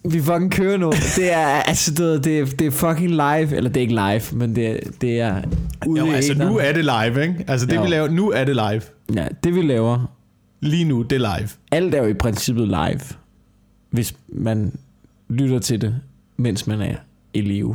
Vi fucking kører nu. Det er altså det er fucking live, eller det er ikke live, men det er ude jo, i altså æteren. nu er det live, ikke? Altså det Jo. vi laver nu er det live. Ja, det vi laver. Lige nu det er live. Alt er jo i princippet live, hvis man lytter til det, mens man er i live.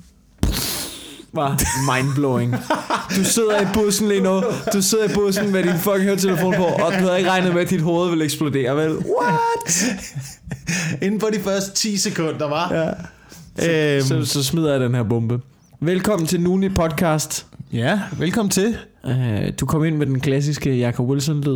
Var mindblowing. Du sidder i bussen lige nu. Du sidder i bussen med din fucking høretelefon på, og du havde ikke regnet med, at dit hoved ville eksplodere, vel? What? Inden for de første 10 sekunder, var. Ja. Så smider jeg den her bombe. Velkommen til Nuni Podcast. Ja, velkommen til. Du kom ind med den klassiske Jacob Wilson-lyd.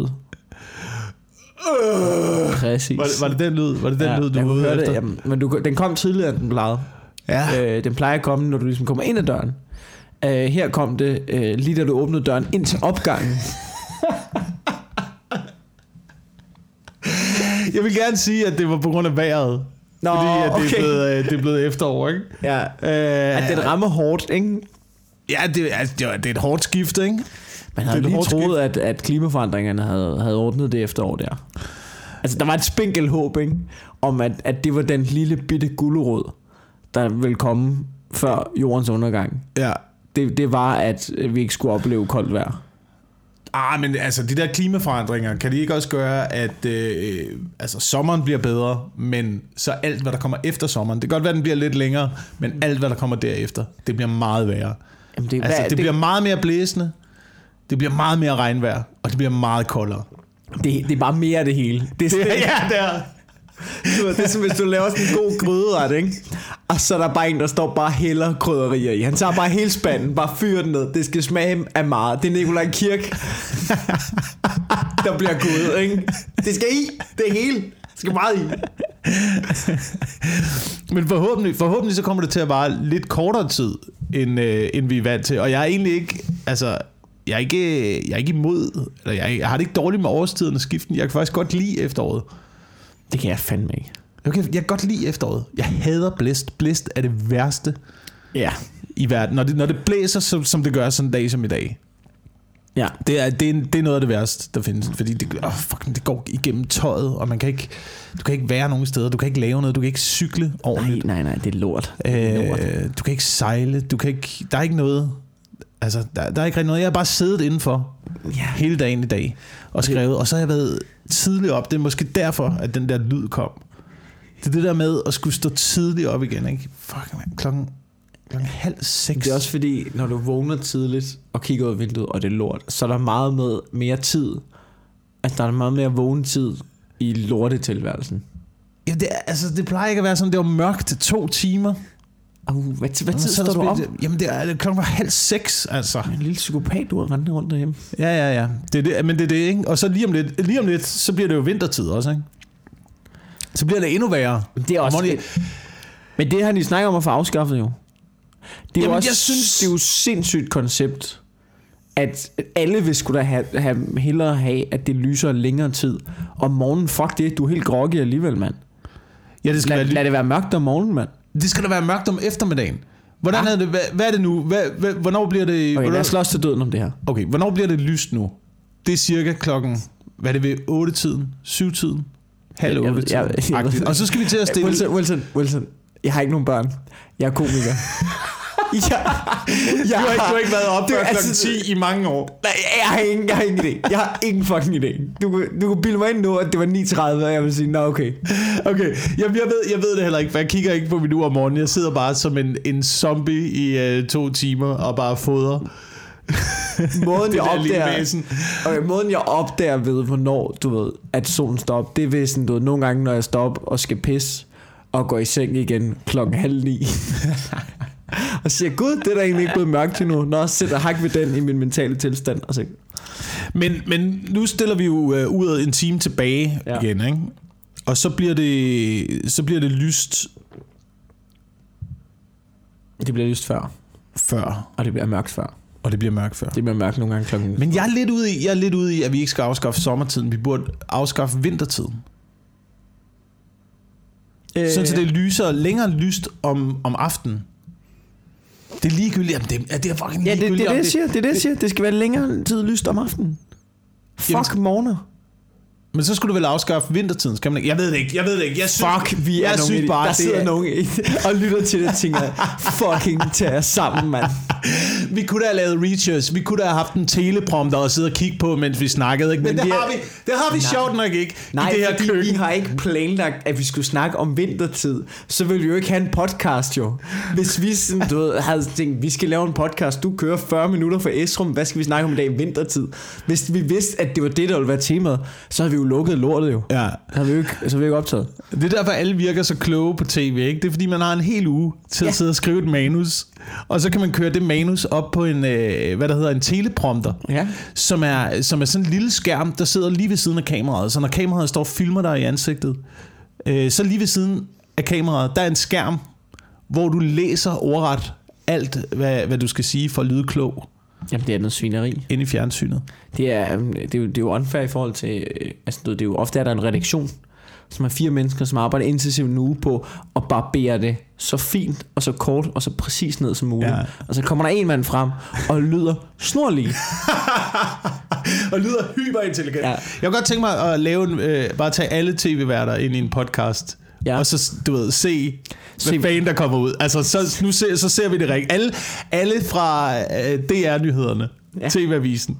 Præcis. Var det den lyd? Var det den lyd, du var ude efter? efter? Jamen, men den kom tidligere, end den plejede. Ja. Den plejer at komme, når du ligesom kommer ind ad døren. Her kom det lige da du åbnede døren ind til opgangen. Jeg vil gerne sige, at det var på grund af vejret. Nå, fordi at okay. det er blevet efterår, ikke? Ja. At den rammer hårdt, ikke? Ja, det er et hårdt skift, ikke? Man havde lige troet, at klimaforandringerne havde ordnet det efterår der. Altså, der var et spinkel håb, ikke? Om at det var den lille bitte gulerod, der ville komme før jordens undergang. Ja. Det var, at vi ikke skulle opleve koldt vejr. Men altså, de der klimaforandringer, kan de ikke også gøre, at altså, sommeren bliver bedre, men så alt, hvad der kommer efter sommeren, det kan godt være, den bliver lidt længere, men alt, hvad der kommer derefter, det bliver meget værre. Jamen, det bliver meget mere blæsende, det bliver meget mere regnvejr, og det bliver meget koldere. Det er bare mere af det hele. Det er som hvis du laver sådan en god gryderet, ikke? Og så er der bare en, der står bare hælder krydderier i. Han tager bare hele spanden, bare fyrer den ned. Det skal smage af meget. Det er Nikolaj Kirk, der bliver gud, ikke? Det skal i. Det hele. Det skal meget i. Men forhåbentlig så kommer det til at vare lidt kortere tid, end vi er vant til. Og jeg er egentlig ikke, altså, jeg er ikke imod, eller jeg har det ikke dårligt med årstiden og skiften. Jeg kan faktisk godt lide efteråret. Det kan jeg fandme ikke. Jeg kan godt lide efteråret. Jeg hader blæst. Blæst er det værste i verden. Når det blæser, som det gør sådan en dag som i dag. Ja. Det er noget af det værste, der findes. Fordi det går igennem tøjet, og du kan ikke være nogen steder. Du kan ikke lave noget. Du kan ikke cykle ordentligt. Nej, det er lort. Du kan ikke sejle. Der er ikke noget. Altså, der er ikke rigtig noget. Jeg har bare siddet indenfor hele dagen i dag og skrevet. Og så har jeg været tidligt op. Det er måske derfor, at den der lyd kom. Det er det der med at skulle stå tidligt op igen, ikke? Fuck, man. Klokken 5:30. Det er også fordi, når du vågner tidligt og kigger ud af vinduet, og det er lort, så er der meget mere tid. Altså, der er meget mere vågentid i lortetilværelsen. Ja, det plejer ikke at være sådan, det var mørkt 2 timer. Hvad tid står du op? Jamen, klokken var 5:30, altså. En lille psykopat, du har rendt rundt derhjemme. Ja. Det er det, men det er det, ikke? Og så lige om lidt, så bliver det jo vintertid også, ikke? Så bliver det endnu værre. Det er også men det har de snakket om at få afskaffet jo. Det er jo også, jeg synes, det er jo et sindssygt koncept, at alle vil skulle da hellere have, at det lyser længere tid. Om morgenen, fuck det, du er helt groggy alligevel, mand. Ja, det skal lad det være mørkt om morgenen, mand. Det skal da være mørkt om eftermiddagen. Hvordan er det? Hvad er det nu? Hvornår bliver det? Okay, lad os slås til døden om det her. Okay, hvornår bliver det lyst nu? Det er cirka klokken, hvad er det ved 8-tiden? 7-tiden? 7:30. Og så skal vi til at stille... Wilson. Jeg har ikke nogen børn. Jeg er komiker. Du har ikke været op før klokken 10 i mange år. Nej, jeg har ingen idé. Jeg har ingen fucking idé. Du kunne bilde mig ind nu, at det var 9:30, og jeg vil sige, nå okay. Okay, jamen, jeg ved det heller ikke, for jeg kigger ikke på min ur om morgenen. Jeg sidder bare som en zombie i 2 timer og bare fodrer. Måden jeg opdager ved, hvornår du ved, at solen står op, det er ved sådan, du ved, nogle gange, når jeg står op og skal pisse og går i seng igen 8:30. Og siger, gud, det er da egentlig ikke blevet mørkt endnu. Nå, sætter hak ved den i min mentale tilstand. Og så... Men nu stiller vi jo uret en time tilbage igen, ikke? Og så bliver det lyst. Det bliver lyst før. Og det bliver mørkt før. Det bliver mørkt nogle gange klokken. Men jeg er lidt ude i, at vi ikke skal afskaffe sommertiden. Vi burde afskaffe vintertiden. Så det lyser længere lyst om aftenen. Det er ligegyldigt. Jamen, det er fucking ligegyldigt. Det er det, jeg siger. Det skal være længere tid lyst om aftenen. Fuck morgener. Men så skulle du vel afskaffe vintertiden, skal man ikke? Jeg ved det ikke. Jeg synes, Fuck, vi er jeg synes bare, der sidder nogen og lytter til det og tænker, fucking tag os sammen, mand. Vi kunne da have lavet research. Vi kunne da have haft en teleprompter og sidde og kigge på, mens vi snakkede. Ikke? Men det har vi sjovt nok ikke. Nej, i det her fordi vi har ikke planlagt, at vi skulle snakke om vintertid. Så ville vi jo ikke have en podcast, jo. Hvis vi sådan, du ved, havde tænkt, vi skal lave en podcast, du kører 40 minutter fra Esrum, hvad skal vi snakke om i dag? Vintertid. Hvis vi vidste, at det var det, der ville være temaet, så havde vi jo lukket lortet, jo. Ja. Så havde vi ikke optaget. Det er derfor, alle virker så kloge på tv, ikke? Det er fordi, man har en hel uge til at sidde og skrive et manus. Og så kan man køre det manus op på en, hvad der hedder, en teleprompter, som er sådan en lille skærm, der sidder lige ved siden af kameraet. Så når kameraet står og filmer dig i ansigtet, så lige ved siden af kameraet, der er en skærm, hvor du læser ordret alt, hvad du skal sige for at lyde klog. Jamen, det er noget svineri. Inde i fjernsynet. Det er jo unfair i forhold til, altså det er jo ofte, er der en redaktion, som er 4 mennesker, som arbejder intensivt en uge på at barbere det så fint og så kort og så præcis ned som muligt. Ja. Og så kommer der en mand frem og lyder snorlig. Og lyder hyperintelligent. Ja. Jeg kunne godt tænke mig at lave bare tage alle tv-værter ind i en podcast. Ja. Og så, du ved, se hvad fanden der kommer ud. Altså, så ser vi det rigtigt. Alle fra DR-nyhederne, TV-avisen.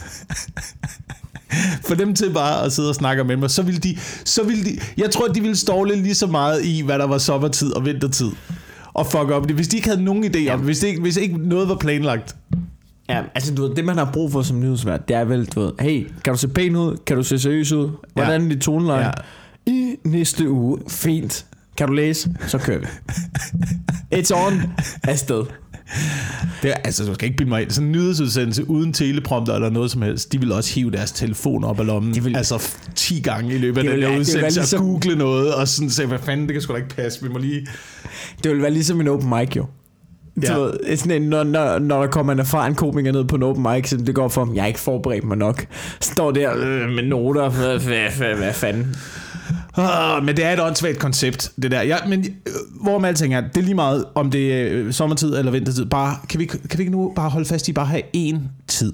For dem til bare at sidde og snakke med mig, så ville de, jeg tror, de ville ståle lige så meget i, hvad der var sommertid og vintertid. Og fuck op det, hvis de ikke havde nogen idé om det, hvis ikke noget var planlagt. Ja, altså du ved, det man har brug for som nyhedsvært, det er vel, du ved, hey, kan du se pæn ud? Kan du se seriøs ud? Hvordan er dit toneleje? Ja. I næste uge, fint. Kan du læse? Så kører vi. It's on. Afsted. Det er, altså, du skal ikke bilde mig ind. Sådan en nyhedsudsendelse uden teleprompter eller noget som helst, de vil også hive deres telefon op af lommen. Altså 10 gange i løbet af den der udsendelse ligesom, og google noget og sådan sige, hvad fanden, det kan sgu da ikke passe. Vi må lige... Det vil være ligesom en open mic, jo. Ja. Ved, sådan en, når der kommer en erfaren komiker ned på en open mic, så det går for, jeg har ikke forberedt mig nok. Står der med noter, hvad fanden. Men det er et åndssvagt koncept, det der. Ja, men hvor man alting er, det er lige meget, om det er sommertid eller vintertid. Bare, kan vi ikke nu bare holde fast i bare have én tid?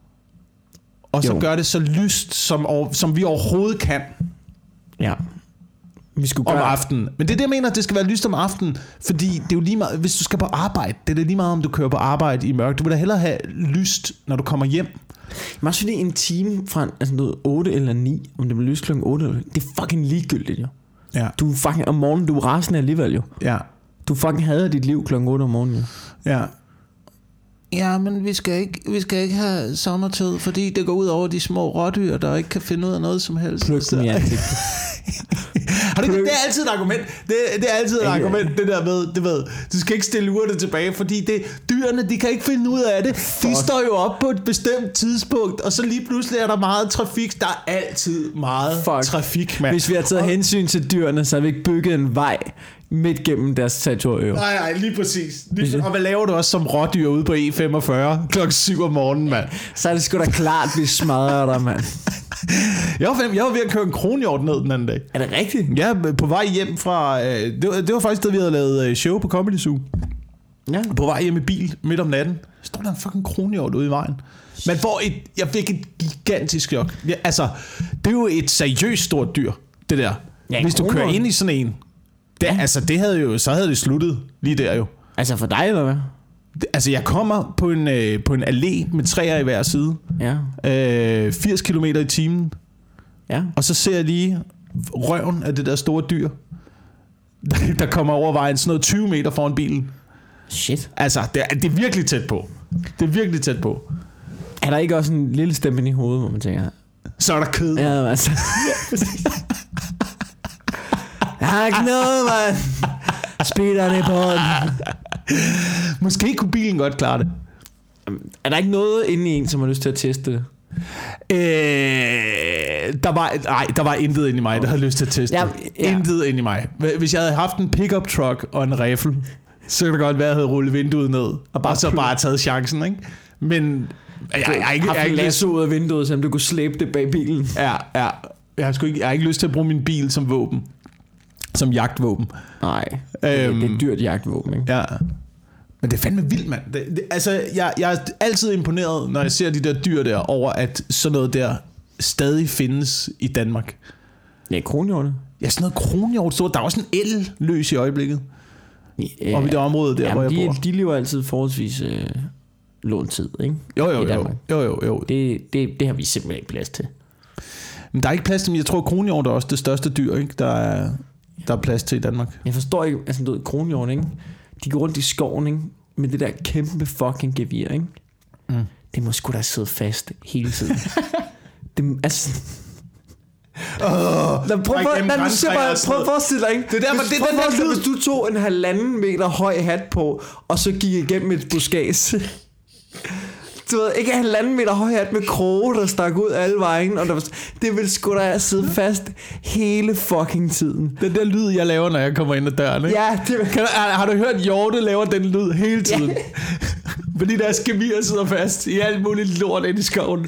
Og så gøre det så lyst, som vi overhovedet kan. Ja. Vi skulle om aftenen. Men det er det, jeg mener, det skal være lyst om aftenen. Fordi det er jo lige meget, hvis du skal på arbejde, det er lige meget, om du kører på arbejde i mørk. Du vil da hellere have lyst, når du kommer hjem. Men også fordi en time fra altså 8 eller 9, om det bliver lyst klokken 8 eller 9, det er fucking ligegyldigt, jo. Ja. Du fucking om morgenen, du er rasende alligevel, jo. Ja. Du fucking hader dit liv klokken 8 om morgenen, jo. Ja. Ja, men vi skal ikke have sommertid, fordi det går ud over de små rådyr, der ikke kan finde ud af noget som helst. Pluk dem i ansigtet. Det er altid et argument. Det er altid et argument, det der med, du skal ikke stille urene tilbage, fordi dyrene, de kan ikke finde ud af det. De står jo op på et bestemt tidspunkt, og så lige pludselig er der meget trafik. Der er altid meget trafik, mand. Hvis vi har taget hensyn til dyrene, så har vi ikke bygget en vej midt gennem deres territorium. Nej, lige præcis. Og hvad laver du også som rådyr ude på E45 klokken 7 om morgenen, mand? Så er det sgu da klart, vi smadrer dig, mand. Jeg var ved at køre en kronhjort ned den anden dag. Er det rigtigt? Ja, på vej hjem fra... Det var faktisk det, vi havde lavet show på Comedy Zoo. Ja. På vej hjem i bil midt om natten, står der en fucking kronhjort ude i vejen. Men jeg fik et gigantisk chok. Ja, altså, det er jo et seriøst stort dyr, det der. Ja, hvis du kører ind i sådan en... Altså, så havde det sluttet lige der jo. Altså for dig, eller hvad? Altså, jeg kommer på en allé med træer i hver side. Ja. 80 km i timen. Ja. Og så ser jeg lige røven af det der store dyr, der kommer over vejen sådan noget 20 meter foran bilen. Shit. Altså, det er virkelig tæt på. Det er virkelig tæt på. Er der ikke også en lille stemme i hovedet, hvor man tænker... Så er der kød. Ja, altså... Jeg har ikke noget, mand. Speederen i båden. Måske kunne bilen godt klare det. Er der ikke noget inde i en, som har lyst til at teste det? Der var intet inde i mig, der havde lyst til at teste det. Intet inde i mig. Hvis jeg havde haft en pickup truck og en riffel, så kunne det godt være, at jeg havde rullet vinduet ned. Og så bare taget chancen, ikke? Men... Jeg har ikke lasso ud af vinduet, så du kunne slæbe det bag bilen. Ja. Jeg har ikke lyst til at bruge min bil som våben. Som jagtvåben. Nej, det er et dyrt jagtvåben, ikke? Ja. Men det er fandme vildt, mand. Altså, jeg er altid imponeret, når jeg ser de der dyr der, over at sådan noget der stadig findes i Danmark. Ja, kronhjorte. Ja, sådan noget kronhjort. Der er også en el løs i øjeblikket. Ja, oppe i det område der, hvor jeg bor. De lever altid forholdsvis lånt tid, ikke? Jo. Det har vi simpelthen ikke plads til. Men der er ikke plads til, men jeg tror, kronhjort er også det største dyr, ikke? Der er plads til i Danmark. Jeg forstår ikke, altså du ved, kronhjort, ikke? De går rundt i skoven, ikke? Med det der kæmpe fucking gevir, ikke? Det må sgu da sidde fast hele tiden. Det, altså... Prøv at forestille dig, ikke? Det er der, hvis du tog en 1,5 meter høj hat på, og så gik igennem et buskads. Du ved, ikke 1,5 meter høj hat med kroge, der stak ud alle vejen, og det vil sgu da sidde fast hele fucking tiden. Den der lyd, jeg laver, når jeg kommer ind ad døren, ikke? Ja, har du hørt, Hjorte laver den lyd hele tiden? Ja. Fordi der skemier sidder fast i alt muligt lort ind i skoven.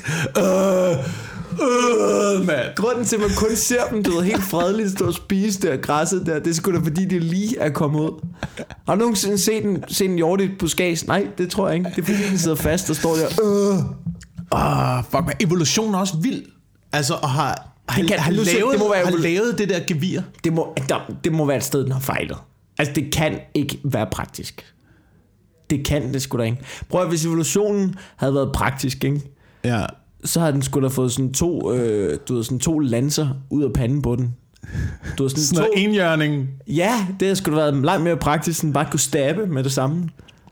Grunden til, at man kun ser dem, du ved, helt fredeligt stå og spise der græsset der, det er sgu da fordi, det lige er kommet ud. Har du nogensinde set en hjort i et buskads? Nej, det tror jeg ikke. Det er fordi, den sidder fast og står der. Fuck, men evolution er også vild. Altså, og har lavet det der gevir. Det må være et sted, den har fejlet. Altså, det kan ikke være praktisk. Det kan det sgu da ikke. Prøv at, hvis evolutionen havde været praktisk, ikke? Ja. Så havde den sgu da fået sådan to lanser ud af panden på den. Du ved, sådan noget enhjørning. Ja, det havde sgu da været langt mere praktisk, end bare kunne stabbe med det samme.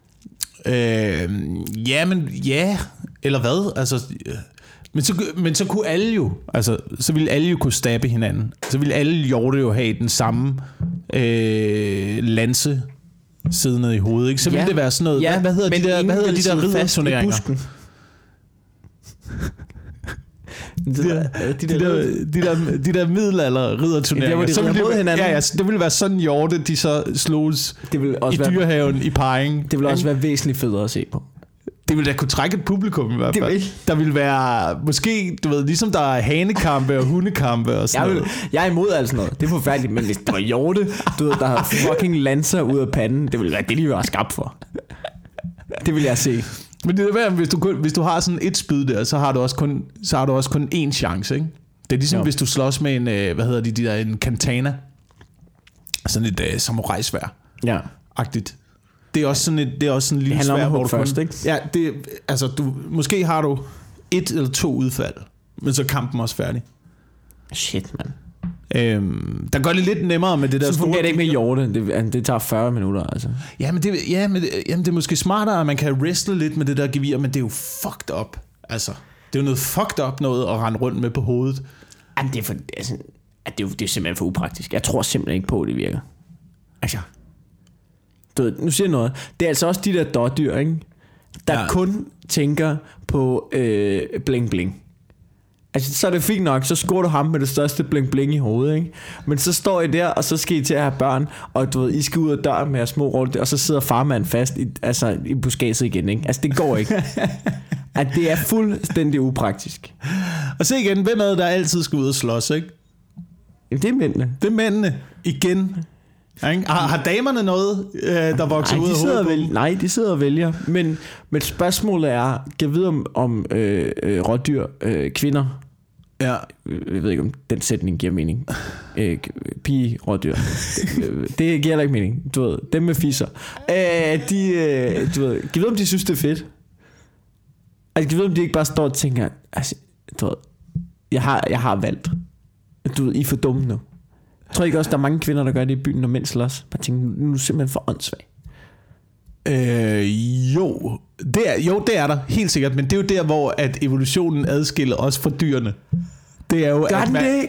Ja, eller hvad? Altså, men så kunne alle jo, altså, så ville alle jo kunne stabbe hinanden. Så ville alle hjorte jo have den samme lanse siddende i hovedet, ikke? Så ville det være sådan noget. Ja, hvad hedder de der ridderturneringer? De der middelalder ridderturneringer. Det ville være sådan hjorte, de så sloges i Dyrehaven i Parring. Det ville også være væsentligt federe at se på. Det ville da kunne trække et publikum i hvert fald. Der ville være, måske, du ved, ligesom der er hanekampe og hundekampe og sådan noget. Jeg er imod alt sådan noget. Det er forfærdeligt, men hvis der var hjorte, du ved, der har fucking lanser ud af panden, det ville være det, de var skabt for. Det vil jeg se. Men det er værd, hvis du har sådan et spyd der, så har du også kun én chance, ikke? Det er ligesom hvis du slås med en en katana. Sådan et samurajsværd. Ja. Agtigt. Det er også sådan en lille sværd, hvor du først, ikke? Ja, måske har du 1 eller 2 udfald, men så er kampen også færdig. Shit, mand. Der gør det lidt nemmere med det der. Så fungerer det ikke med hjorte. Det tager 40 minutter, altså. Men det er måske smartere, at man kan wrestle lidt med det der gevir, men det er jo fucked up. Altså, det er jo noget fucked up noget at rende rundt med på hovedet. Jamen, det er simpelthen for upraktisk. Jeg tror simpelthen ikke på, at det virker. Altså, nu siger jeg noget. Det er altså også de der dårdyr, ikke? Der kun tænker på bling bling. Altså, så er det fint nok, så scorer du ham med det største bling bling i hovedet, ikke? Men så står I der, og så skal I til at have børn, og du ved, I skal ud af døren med jeres små roller, og så sidder farmand fast i buskadset igen, ikke? Altså, det går ikke. At det er fuldstændig upraktisk. Og se igen, hvem er det, der altid skal ud og slås, ikke? Jamen, det er mændene. Det er mændene. Igen. Har damerne noget, der vokser ud af hovedet? Nej, de sidder og vælger. Men spørgsmålet er, kan jeg vide om rådyr, kvinder? Ja. Jeg ved ikke, om den sætning giver mening. Pige, rådyr. Det giver ikke mening. Du ved, dem med fisser. Du ved, kan jeg vide, om de synes, det er fedt? Altså, kan jeg vide, om de ikke bare står og tænker, altså, du ved, jeg har valgt. Du ved, I er for dumme nu. Jeg tror ikke også, der er mange kvinder, der gør det i byen, når mænd slås. Bare tænker, nu er simpelthen for åndssvagt. Jo, det er der helt sikkert, men det er jo der, hvor at evolutionen adskiller os fra dyrene. Det er jo har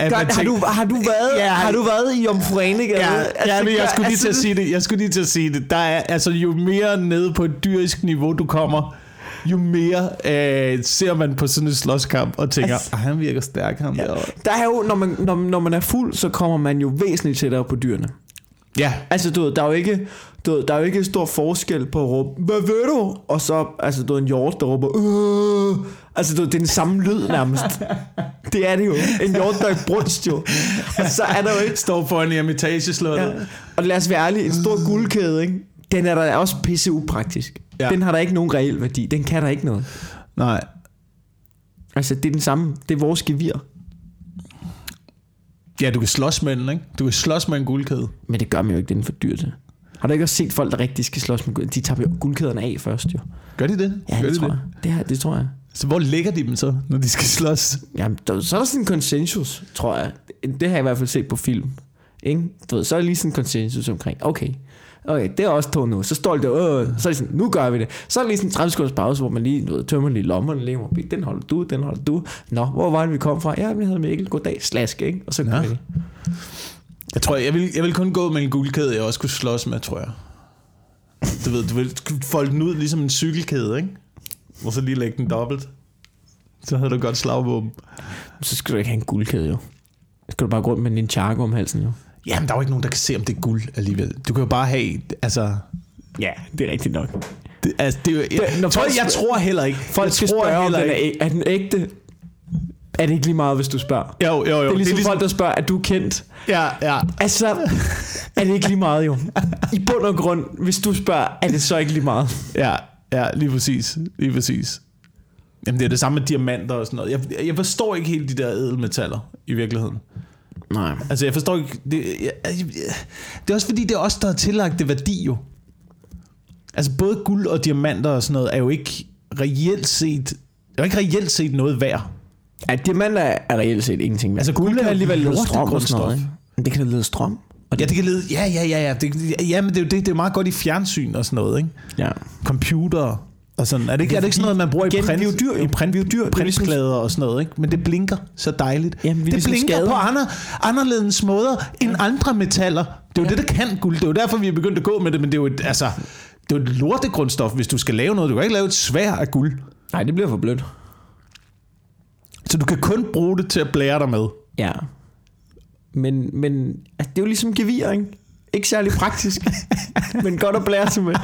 du været i Jomfruenegade? Jeg skulle lige til at sige det. Der er altså, jo mere nede på et dyrisk niveau du kommer, jo mere ser man på sådan en slåskamp og tænker, han virker stærk, ham der. Der er jo, når man er fuld, så kommer man jo væsentligt tættere på dyrene. Ja. Altså, du ved, der er jo ikke stor forskel på at råbe, hvad ved du? Og så, altså, du ved, en hjort, der råber, altså, du ved, det er den samme lyd nærmest. Det er det jo. En hjort, der er brunst jo. Og så er der jo ikke... Står for en Eremitageslottet. Ja. Og lad os være ærlige, en stor guldkæde, ikke? Den er der også pisse upraktisk. Ja. Den har der ikke nogen reel værdi. Den kan der ikke noget. Nej. Altså, det er den samme. Det er vores gevir. Ja, du kan slås med den, ikke? Du kan slås med en guldkæde. Men det gør man jo ikke, den er for dyr til. Har du ikke også set folk, der rigtig skal slås med guldkæden? De tager jo guldkæderne af først, jo. Gør de det? Ja, det tror jeg. Det tror jeg. Så hvor lægger de dem så, når de skal slås? Jamen, så er der sådan en konsensus, tror jeg. Det har jeg i hvert fald set på film. Ikke? Du ved, så er der lige sådan en konsensus omkring, okay, det er også to nu. Så står det der, så er det sådan, nu gør vi det. Så er der lige sådan en 30 sekunders pause, hvor man lige tømmer lige lommerne, lige mobil. Den holder du. Nå, hvor var det, vi kom fra? Ja, vi havde Mikkel, goddag, slask, ikke? Og så gør vi det. Jeg tror, jeg vil kun gå med en guldkæde, jeg også kunne slås med, tror jeg. Du vil folde den ud ligesom en cykelkæde, ikke? Og så lige lægge den dobbelt. Så havde du godt slagvåben. Så skal du ikke have en guldkæde, jo. Så skal du bare gå rundt med en Ninjago om halsen, jo. Jamen, der er jo ikke nogen, der kan se, om det er guld alligevel. Du kan jo bare have, altså... Ja, det er rigtigt nok. Det er jo, jeg tror heller ikke. Folk skal spørge, om er den ægte. Er det ikke lige meget, hvis du spørger? Jo. Det er ligesom folk, der spørger, er du kendt? Ja. Altså, er det ikke lige meget, jo? I bund og grund, hvis du spørger, er det så ikke lige meget? Ja, lige præcis. Jamen, det er det samme med diamanter og sådan noget. Jeg forstår ikke helt de der ædelmetaller i virkeligheden. Nej. Altså, jeg forstår ikke... Det er også fordi, det er os, der har tillagt det værdi, jo. Altså, både guld og diamanter og sådan noget er jo ikke reelt set noget værd. Ja, diamanter er reelt set ingenting. Altså, guld kan alligevel lede strøm og sådan noget, ikke? Men det kan lede strøm. Og det kan lede... Ja, men det er meget godt i fjernsyn og sådan noget, ikke? Ja. Computer og sådan. Er det ikke sådan noget, man bruger i printplader og sådan noget, ikke? Men det blinker så dejligt. Jamen, det blinker på anderledes måder end andre metaller. Det er jo det, der kan guld. Det er jo derfor, vi er begyndt at gå med det, men det er jo det er jo et lortegrundstof, hvis du skal lave noget. Du kan ikke lave et sværd af guld. Nej, det bliver for blødt. Så du kan kun bruge det til at blære dig med. Ja. Men altså, det er jo ligesom gevir, ikke? Ikke særlig praktisk, men godt at blære sig med.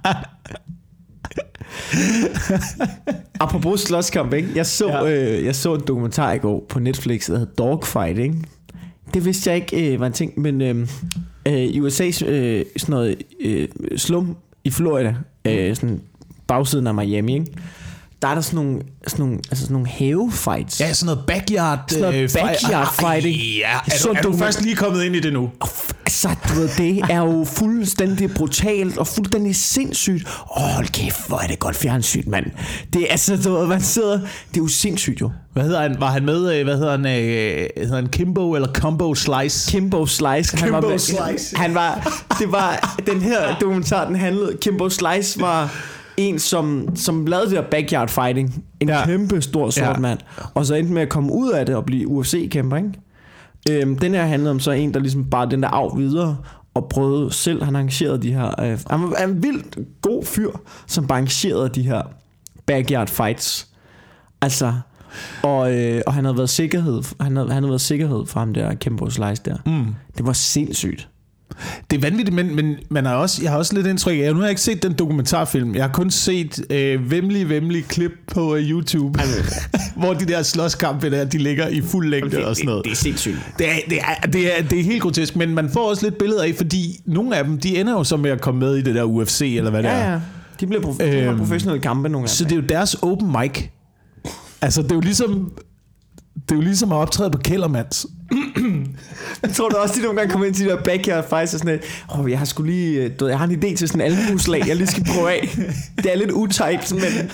Apropos slåskamp, ikke? Jeg så en dokumentar i går på Netflix, der hedder Dogfight, ikke? Det vidste jeg ikke var en ting, men i USA sådan noget slum i Florida, sådan bagsiden af Miami, ikke? Der er der sådan nogle havefights. Ja, sådan noget backyard fighting. Ja, er du først lige kommet ind i det nu? Så du ved, det er jo fuldstændig brutalt og fuldstændig sindssygt. Hold kæft, hvor er det godt fjernsyn, mand. Det er altså, du ved, man sidder... Det er jo sindssygt, jo. Hvad hedder han? Var han med? Hvad hedder han? Kimbo eller Combo Slice? Kimbo Slice. Han var... Det var... Den her dokumentar, den handlede... Kimbo Slice var... en, som lavede det der backyard fighting. En kæmpe stor sort mand. Og så endte med at komme ud af det og blive UFC-kæmper, ikke? Den her handlede om så en, der ligesom bare den der af videre og prøvede selv. Han arrangerede de her... han var en vildt god fyr, som bare arrangerede de her backyard fights. Altså... Og han havde været sikkerhed. Han havde været sikkerhed for ham der Kimbo Slice der. Det var sindssygt. Det er vanvittigt, men jeg har også lidt indtryk af, nu har jeg ikke set den dokumentarfilm. Jeg har kun set vemmelige klip på YouTube, hvor de der slåskampe der, de ligger i fuld længde og sådan noget. Det er sindssygt. Det er helt grotesk, men man får også lidt billeder af, fordi nogle af dem, de ender jo så med at komme med i det der UFC eller hvad det er. Ja. De bliver professionelle kampe nogle af dem. Så det er jo deres open mic. Altså det er jo ligesom at optræde på Kellermans. Jeg tror da også, de nogle gange kommer ind til de der backyard fights og sådan noget. Jeg har sgu lige... jeg har en idé til sådan en albueslag, jeg lige skal prøve af. Det er lidt utight, men...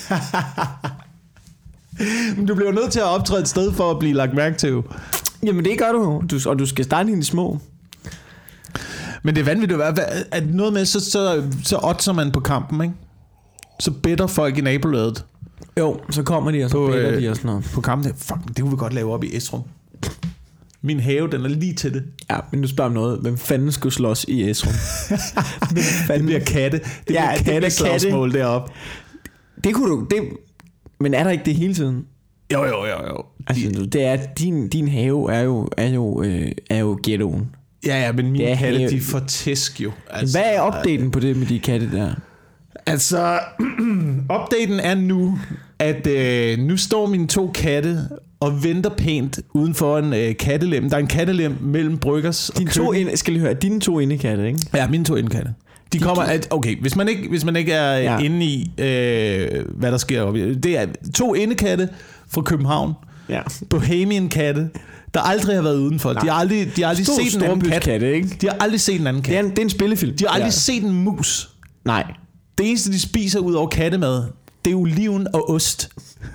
Men du bliver nødt til at optræde et sted for at blive lagt mærke til. Jamen det gør du. Og du skal starte i de små. Men det er vanvittigt at noget med, så oddser man på kampen, ikke? Så bedder folk i nabolaget. Jo, så kommer de, og så bedder de og sådan noget. På kampen, fuck, det kunne vi godt lave op i Esrum. Min have, den er lige til det. Ja, men nu spørger noget. Hvem fanden skulle slås i Esrum? Det bliver katte. Det bliver katteslagsmål deroppe. Det kunne du... Men er der ikke det hele tiden? Jo. Altså, det er, din have er jo ghettoen. Ja, men mine katte, de får tæsk jo. Altså, hvad er updaten på det med de katte der? Altså, updaten er nu, at nu står mine 2 katte og venter pænt uden for en kattelem. Der er en kattelem mellem Bryggers og køkken. Skal lige høre, dine 2 indekatte, ikke? Ja, mine 2 indekatte. De kommer okay, hvis man ikke er inde i hvad der sker oppe. Det er 2 indekatte fra København. Ja. Bohemian katte, der aldrig har været udenfor. De har aldrig set en anden kat. Katte, ikke? De har aldrig set en anden kat. Det er en spillefilm. De har aldrig set en mus. Nej. Det eneste, de spiser ud over kattemad, det er oliven og ost.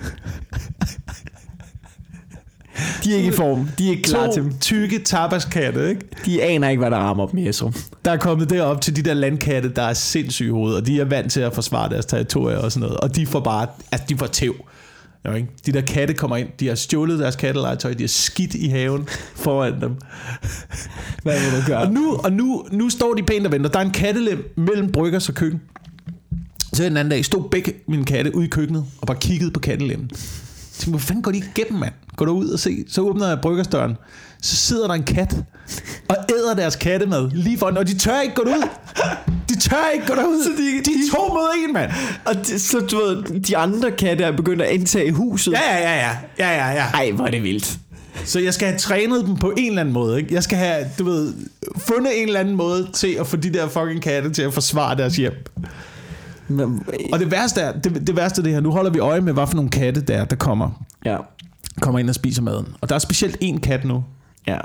De er ikke i form. De er ikke klar til dem. Tykke tapaskatte, ikke? De aner ikke, hvad der rammer dem i Esrum. Der er kommet derop til de der landkatte, der er sindssyge hoved, og de er vant til at forsvare deres territorier og sådan noget. Og de får bare, de får tæv. Jo, ikke? De der katte kommer ind, de har stjålet deres kattelegetøj, de har skidt i haven foran dem. Hvad vil du gøre? Og nu står de pænt og venter. Der er en kattelem mellem bryggers og køkken. Så den anden dag stod begge mine katte ude i køkkenet og bare kiggede på kattelemmen. Jeg tænkte, hvor fanden går de igennem, mand? Går du ud og se? Så åbner jeg bryggersdøren. Så sidder der en kat og æder deres kattemad lige foran, og de tør ikke gå ud. De tør ikke gå derud. Så de er 2 mod 1, mand. Og så du ved, de andre katte er begyndt at indtage huset. Ja. Ej, hvor er det vildt. Så jeg skal have trænet dem på en eller anden måde, ikke? Jeg skal have, fundet en eller anden måde til at få de der fucking katte til at forsvare deres hjem. Men, og det værste er, det værste er det her. Nu holder vi øje med, hvad for nogle katte der kommer. Ja. Kommer ind og spiser maden. Og der er specielt en kat nu. Ja.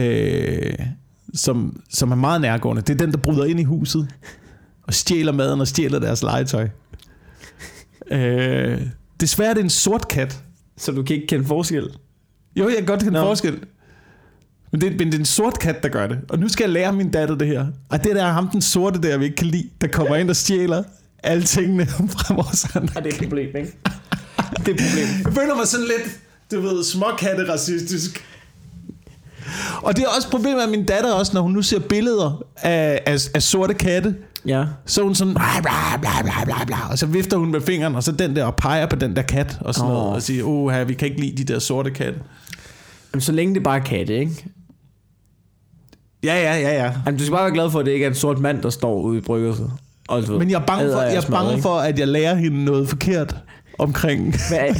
Som er meget nærgående. Det er den, der bryder ind i huset og stjæler maden og stjæler deres legetøj. Desværre er det en sort kat. Så du kan ikke kende forskel? Jo, jeg kan godt kende forskel. Men det er en sort kat, der gør det. Og nu skal jeg lære min datter det her. Og det der er ham, den sorte der, vi ikke kan lide, der kommer ind og stjæler alle tingene fra vores andre. Og det er et problem, ikke? Det er et problem. Jeg føler mig sådan lidt, småkatte-racistisk. Og det er også problemet med min datter også, når hun nu ser billeder af sorte katte. Ja. Så hun sådan bla, bla, bla, bla, bla, og så vifter hun med fingeren, og så den der og peger på den der kat og sådan noget, og siger, vi kan ikke lide de der sorte katte. Jamen, så længe det bare er katte, ikke? Ja. Jamen, du skal bare være glad for, at det ikke er en sort mand, der står ude i bryggerset. Men jeg er bange for, at jeg lærer hende noget forkert omkring. Hvad er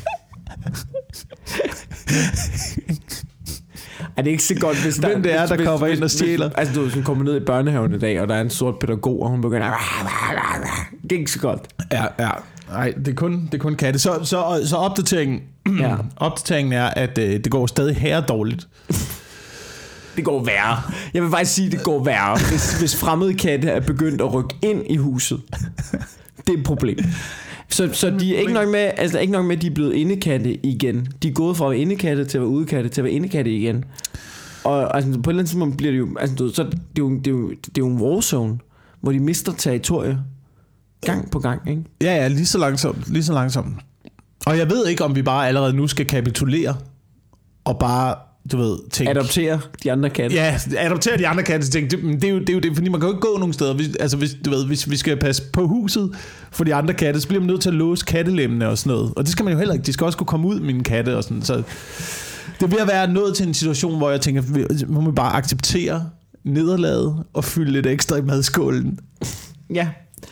Er det ikke så godt, hvis hvem det er, der kommer ind og stjæler? Altså, du kommer ned i børnehaven i dag, og der er en sort pædagog, og hun begynder. Det er ikke så godt. Ja. Nej, det er kun katte. Så opdateringen er, at det går stadig herredårligt. Det går værre. Jeg vil faktisk sige, at det går værre, hvis fremmede katte er begyndt at rykke ind i huset. Det er et problem. Så de er ikke nok med, altså ikke nok med, at de er blevet indekatte igen. De er gået fra at være indekatte til at være udekatte til at være indekatte igen. Og altså, på et eller andet tidspunkt bliver det jo, altså, så det er jo en warzone, hvor de mister territorier gang på gang, ikke? Ja, lige så langsomt. Og jeg ved ikke, om vi bare allerede nu skal kapitulere og bare, tænke... Adoptere de andre katte. Ja, adoptere de andre katte. Det er jo det, fordi man kan jo ikke gå nogen steder. Hvis vi skal passe på huset for de andre katte, så bliver man nødt til at låse kattelemmene og sådan noget. Og det skal man jo heller ikke. De skal også kunne komme ud, mine katte og sådan. Så det vil være nået til en situation, hvor jeg tænker, må man bare acceptere nederlaget og fylde lidt ekstra i madskålen. Ja.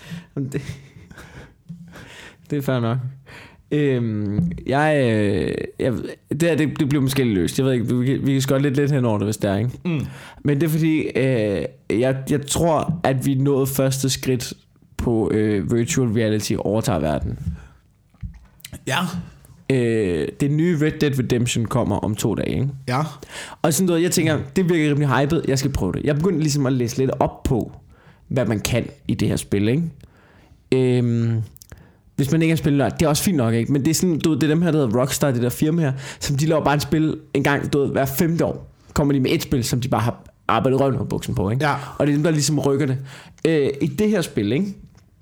Det er fair nok. Det bliver måske lidt løst. Jeg ved ikke, vi kan skåle lidt hen over det, hvis det er, ikke? Men det er fordi jeg tror, at vi nåede første skridt på virtual reality overtager verden. Ja. Det nye Red Dead Redemption kommer om 2 dage, ikke? Ja. Og sådan noget, jeg tænker, det virker rimelig hyped. Jeg skal prøve det. Jeg begyndte ligesom at læse lidt op på, hvad man kan i det her spil, ikke? Hvis man ikke har spillet, det er også fint nok, ikke? Men det er sådan, det er dem her, der hedder Rockstar, det der firma her, som de laver bare en spil en gang, hver 5. år kommer de med et spil, som de bare har arbejdet røven og buksen på, ikke? Ja. Og det er dem, der ligesom rykker det. I det her spil, ikke?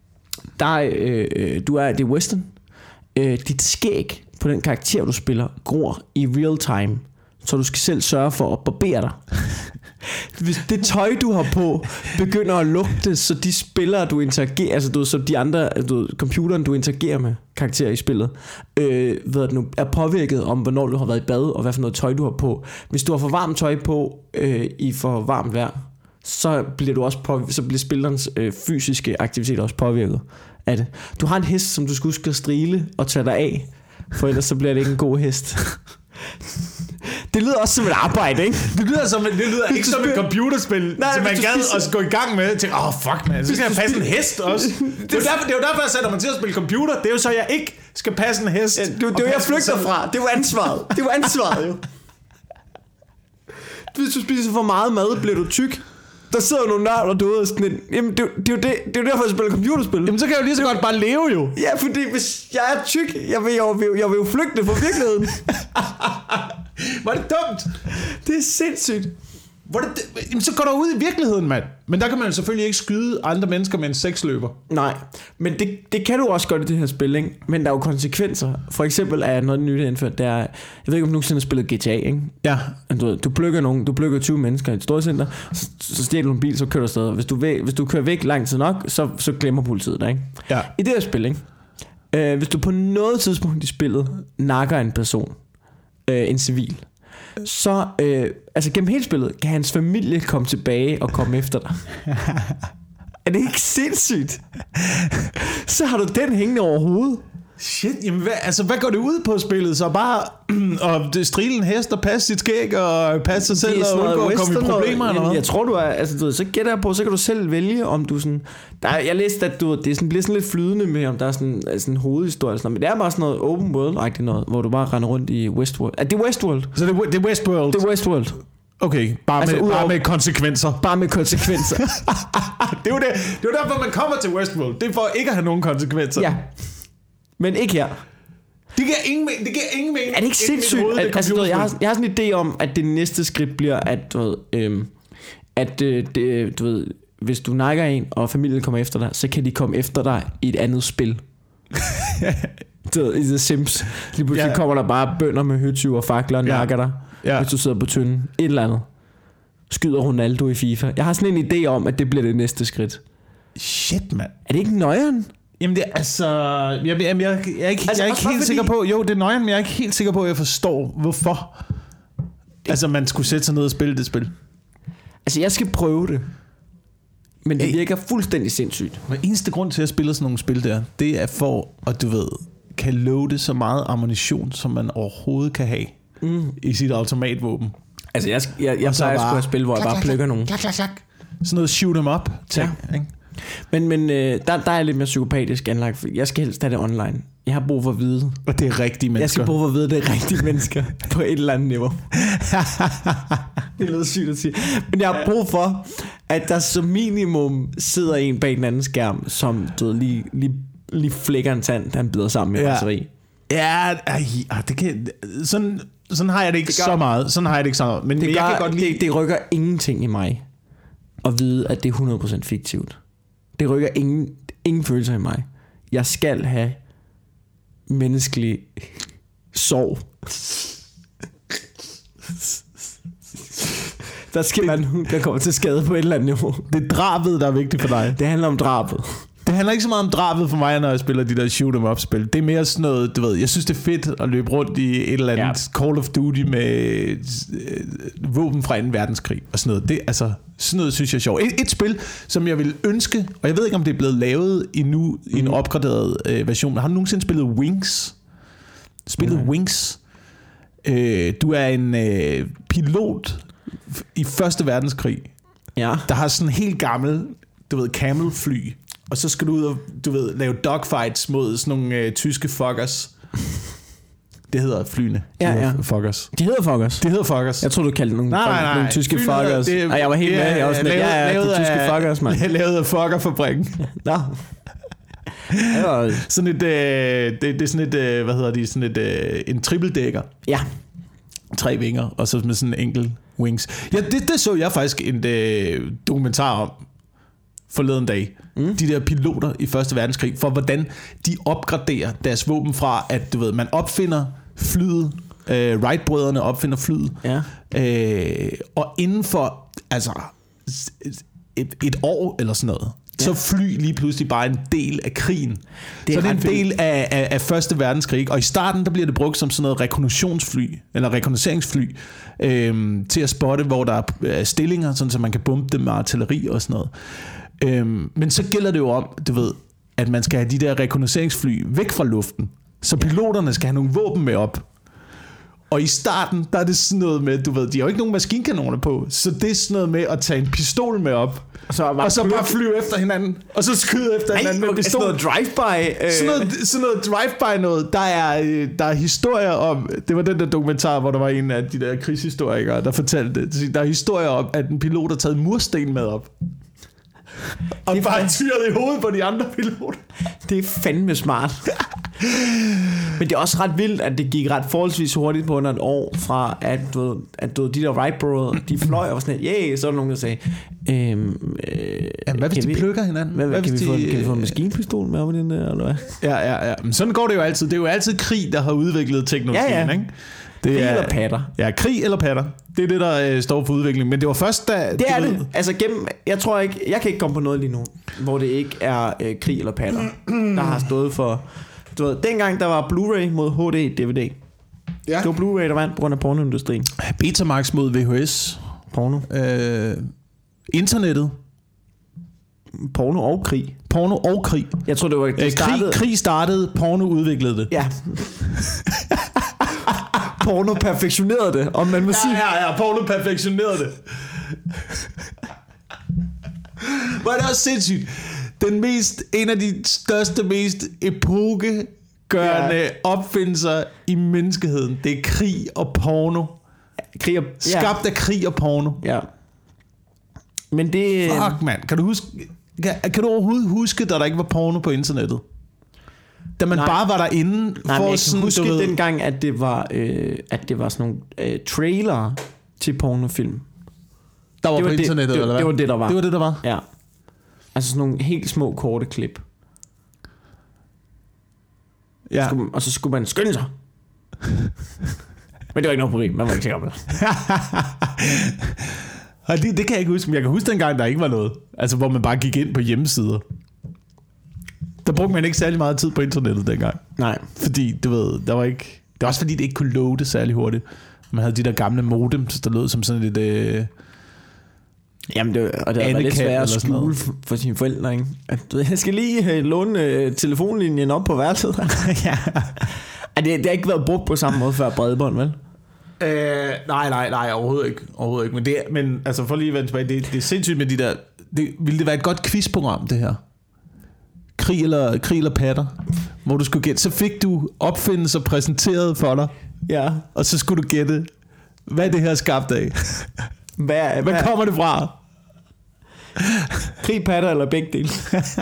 Det er western. Dit skæg på den karakter, du spiller, gror i real time, så du skal selv sørge for at barbere dig. Hvis det tøj, du har på, begynder at lugte, så de spillere, du interagerer, altså så de andre, computeren, du interagerer med, karakterer i spillet, er påvirket om, hvornår du har været i bad, og hvad for noget tøj, du har på. Hvis du har for varmt tøj på i for varmt vejr, så bliver spillerens fysiske aktivitet også påvirket af det. Du har en hest, som du skal huske at strile og tage dig af, for ellers så bliver det ikke en god hest. Det lyder også som et arbejde, ikke? Det lyder ikke som et computerspil, som man gad at gå i gang med. Jeg tænker, fuck man, så skal jeg passe en hest også. Det er jo derfor, jeg sætter mig til at spille computer. Det er jo så, jeg ikke skal passe en hest. Ja, det er jo, jeg flygter fra. Det er jo ansvaret. Det er jo ansvaret, jo. Hvis du spiser for meget mad, bliver du tyk. Der sidder nogle nørder derude og sådan, jamen det er jo derfor, jeg spiller computerspil. Jamen så kan jeg jo lige så godt bare leve jo. Ja, fordi hvis jeg er tyk, jeg vil jo flygte fra virkeligheden. Var det dumt? Det er sindssygt. Jamen så går du ud i virkeligheden, mand. Men der kan man selvfølgelig ikke skyde andre mennesker med en seksløber. Nej, men det kan du også godt i det her spil, ikke? Men der er jo konsekvenser. For eksempel er noget nyt indført, der jeg ved ikke om du nogensinde har spillet GTA, ikke? Ja. Du plukker 20 mennesker i et stort center, så stjæler du en bil, så kører du afsted. Hvis du kører væk lang tid nok, så glemmer politiet dig, ikke? Ja. I det her spil, ikke? Hvis du på noget tidspunkt i spillet nakker en person, en civil, så altså gennem hele spillet kan hans familie komme tilbage og komme efter dig. Er det ikke sindssygt? Så har du den hængende over hovedet. Shit, jamen hvad går det ud på spillet? Så bare at strile en hest og passe sit skæg og passe sig selv og undgå at komme i problemer eller hvad? Jeg tror du er, altså så gætter jeg på, så kan du selv vælge om du sådan. Jeg læste at det sådan bliver sådan lidt flydende med om der er sådan en hovedhistorie eller sådan, men det er bare sådan noget open world-agtigt noget, hvor du bare render rundt i Westworld. Det er Westworld. Så det er Westworld. Det er Westworld. Okay, bare med konsekvenser. Bare med konsekvenser. det er jo derfor man kommer til Westworld. Det er for ikke at have nogen konsekvenser. Ja. Men ikke her. Det giver ingen mening. Er det ikke sindssygt? Jeg har sådan en idé om, at det næste skridt bliver, at du ved, hvis du nakker en, og familien kommer efter dig, så kan de komme efter dig i et andet spil. Du ved, i The Sims. Lige pludselig kommer der bare bønder med høtyve og fakler og nakker dig, hvis du sidder på tynden. Et eller andet. Skyder Ronaldo i FIFA. Jeg har sådan en idé om, at det bliver det næste skridt. Shit, mand. Er det ikke nøjeren? Jamen det er altså jeg er ikke helt sikker på. Jo, det er nøjeren, men jeg er ikke helt sikker på, at jeg forstår hvorfor. Altså man skulle sætte sig ned og spille det spil. Altså jeg skal prøve det. Men det virker fuldstændig sindssygt. Den eneste grund til at spille sådan nogle spil der, det er for at du ved kan loade så meget ammunition som man overhovedet kan have i sit automatvåben. Altså jeg plejer at skulle have spil, hvor jeg bare plukker nogen. Sådan noget shoot 'em up ting, ikke? Men der er jeg lidt mere psykopatisk anlagt. Jeg skal helst have det online. Jeg har brug for at vide. Og det er rigtige mennesker. Jeg skal bruge for at vide, det er rigtige mennesker på et eller andet niveau. Det lyder sygt at sige. Men jeg har brug for, at der som minimum sidder en bag den anden skærm, som du ved, lige flækker en tand, han bider sammen med raseri. Ja, det kan... Sådan har jeg det ikke så meget. Sådan har jeg det ikke så meget. Men jeg kan godt lide... Det rykker ingenting i mig at vide, at det er 100% fiktivt. Det rykker ingen følelser i mig. Jeg skal have menneskelig sorg. Der skal være nogen, der kommer til skade på et eller andet niveau. Det er drabet, der er vigtigt for dig. Det handler om drabet. Det handler ikke så meget om drabet for mig, når jeg spiller de der shoot 'em up spil. Det er mere sådan noget, du ved, jeg synes det er fedt at løbe rundt i et eller andet Call of Duty med våben fra 2. verdenskrig og sådan noget. Det, altså, sådan noget synes jeg er sjovt. Et spil, som jeg vil ønske, og jeg ved ikke om det er blevet lavet endnu i en opgraderet version. Har du nogensinde spillet Wings? Spillet Wings? Du er en pilot i 1. verdenskrig, der har sådan en helt gammel, du ved, Camel-fly. Og så skal du ud og, du ved, lave dogfights mod sådan nogle tyske fuckers. Det hedder flyene. Fuckers. De hedder fuckers? Det hedder fuckers. Jeg tror du kaldte nogle tyske fuckers. Nej, jeg var helt med. Jeg var sådan, de tyske fuckers, mand. Jeg lavede fuckerfabrikken. Nå. Sådan et, det er sådan et, hvad hedder de, sådan et, en trippeldækker. Ja. 3 vinger, og så med sådan en enkelt wings. Ja, det så jeg faktisk en dokumentar om forleden dag. De der piloter i 1. verdenskrig, for hvordan de opgraderer deres våben fra, at du ved, man opfinder flyet, Wright-brødrene opfinder flyet, og inden for altså et år eller sådan noget, så fly lige pludselig bare en del af krigen. Så det er en del af 1. verdenskrig, og i starten der bliver det brugt som sådan noget rekognosceringsfly, eller rekognosceringsfly, til at spotte, hvor der er stillinger, sådan så man kan bombe dem med artilleri og sådan noget. Men så gælder det jo om, du ved, at man skal have de der rekognosceringsfly væk fra luften, så piloterne skal have nogle våben med op. Og i starten, der er det sådan noget med, du ved, de har jo ikke nogen maskinkanoner på, så det er sådan noget med at tage en pistol med op, og så bare flyve efter hinanden, og så skyde efter hinanden med pistol. Sådan noget drive-by. Sådan noget drive-by noget. Der er historier om, det var den der dokumentar, hvor der var en af de der krigshistorikere, der fortalte det. Der er historier om, at en pilot har taget mursten med op. Og det bare tyret i hovedet på de andre piloter. Det er fandme smart. Men det er også ret vildt, at det gik ret forholdsvis hurtigt på under et år, fra at de der Wright-brødre, de fløj og sådan lidt, så er der nogen, der sagde, hvad hvis de plukker hinanden? Kan vi få en maskinpistol med op i den der, eller hvad? Ja. Men sådan går det jo altid. Det er jo altid krig, der har udviklet teknologien, ikke? Krig eller patter. Ja, krig eller patter. Det er det, der står for udvikling. Men det var først da... Det er det. Altså jeg tror ikke... Jeg kan ikke komme på noget lige nu, hvor det ikke er krig eller patter, der har stået for... Du ved, dengang der var Blu-ray mod HD DVD. Ja. Det var Blu-ray, der vandt på grund af pornoindustrien. Betamax mod VHS. Porno. Internettet. Porno og krig. Porno og krig. Jeg tror, det var... Krig startede, porno udviklede det. Ja. Porno perfektionerede det, om man må sige. Ja, porno perfektionerede det. Hvor er det også sindssygt. En af de største, mest epokegørende opfindelser i menneskeheden, det er krig og porno. Skabt af krig og porno. Ja. Men det... Fuck, mand. Kan du overhovedet huske, da der ikke var porno på internettet? Da man bare var derinde for sådan... Jeg sådan... huske dengang, at det var sådan nogle trailer til pornofilm. Der var på internettet, eller hvad? Det var det, der var. Det var det, der var? Ja. Altså sådan nogle helt små, korte klip. Ja. Og så skulle man skynde sig. Men det var ikke noget problem. Man var ikke sikker på det. Det kan jeg ikke huske. Men jeg kan huske dengang, der ikke var noget. Altså hvor man bare gik ind på hjemmesider. Der brugte man ikke særlig meget tid på internettet dengang. Nej. Fordi, du ved, der var ikke... Det var også fordi, det ikke kunne loade særlig hurtigt. Man havde de der gamle modems, der lød som sådan et... Jamen, det var lidt svært at skjule for sine forældre, ikke? Jeg skal lige låne telefonlinjen op på værelset. Ja. Det har ikke været brugt på samme måde før bredbånd, vel? Nej, overhovedet ikke. Men altså, for lige at vende tilbage, det er sindssygt med de der... Ville det være et godt quizprogram, det her? Krig eller patter? Hvor du skulle gætte. Så fik du opfindelser præsenteret for dig. Ja. Og så skulle du gætte, hvad er det her skabt af? Hvad kommer det fra? Krig, patter eller begge dele?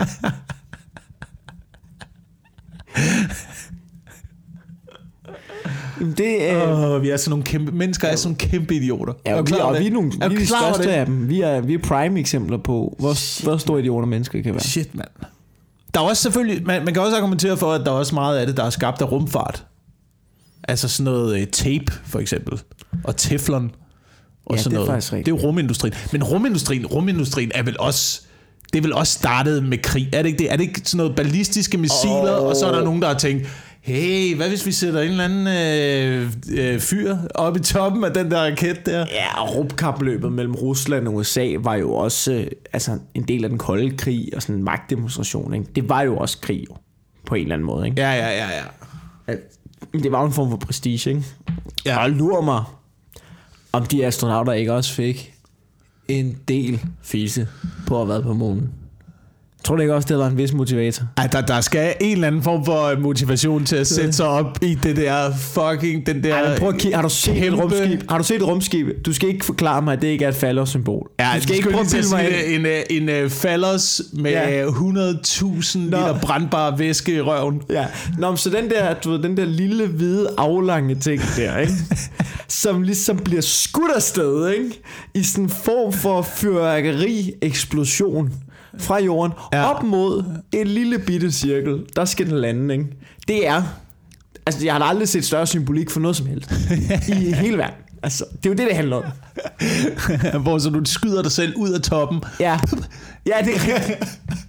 Vi er sådan nogle kæmpe mennesker, er sådan nogle kæmpe idioter. Ja, vi er de største af dem. Vi er prime eksempler på, hvor store idioter mennesker kan være. Shit, mand. Der er også selvfølgelig, man kan også argumentere for, at der er også meget af det, der er skabt af rumfart. Altså sådan noget tape, for eksempel. Og teflon. Og sådan det er noget. faktisk rigtigt. Det er jo rumindustrien. Men rumindustrien er vel også... Det er vel også startet med krig. Er det ikke det? Er det ikke sådan noget ballistiske missiler, og så er der nogen, der har tænkt, hey, hvad hvis vi sætter en eller anden fyr op i toppen af den der raket der? Ja, og rumkapløbet mellem Rusland og USA var jo også en del af den kolde krig og sådan en magtdemonstration, ikke? Det var jo også krig, jo, på en eller anden måde, ikke? Ja. Det var jo en form for prestige, ikke? Ja. Og lurer mig, om de astronauter ikke også fik en del fise på at have været på månen. Tror du ikke også, det var en vis motivator? Ej, der skal en eller anden form for motivation til at sætte sig op i det der fucking... Den der. Ej, prøv at kigge. Har du set et rumskib? Har du set et rumskib? Du skal ikke forklare mig, at det ikke er et fallos-symbol. Ja, du skal ikke prøve at bilde mig en fallos med 100.000 liter brandbar væske i røven. Ja. Nå, så den der lille, hvide, aflange ting der, ikke? Som ligesom bliver skudt afsted, ikke? I sådan en form for fyrværkeri-eksplosion fra jorden, op mod en lille bitte cirkel. Der skal den lande, ikke? Det er... Altså, jeg har aldrig set større symbolik for noget som helst. I hele verden. Altså, det er jo det handler om. Hvor så du skyder dig selv ud af toppen. Ja. Ja, det er rigtigt.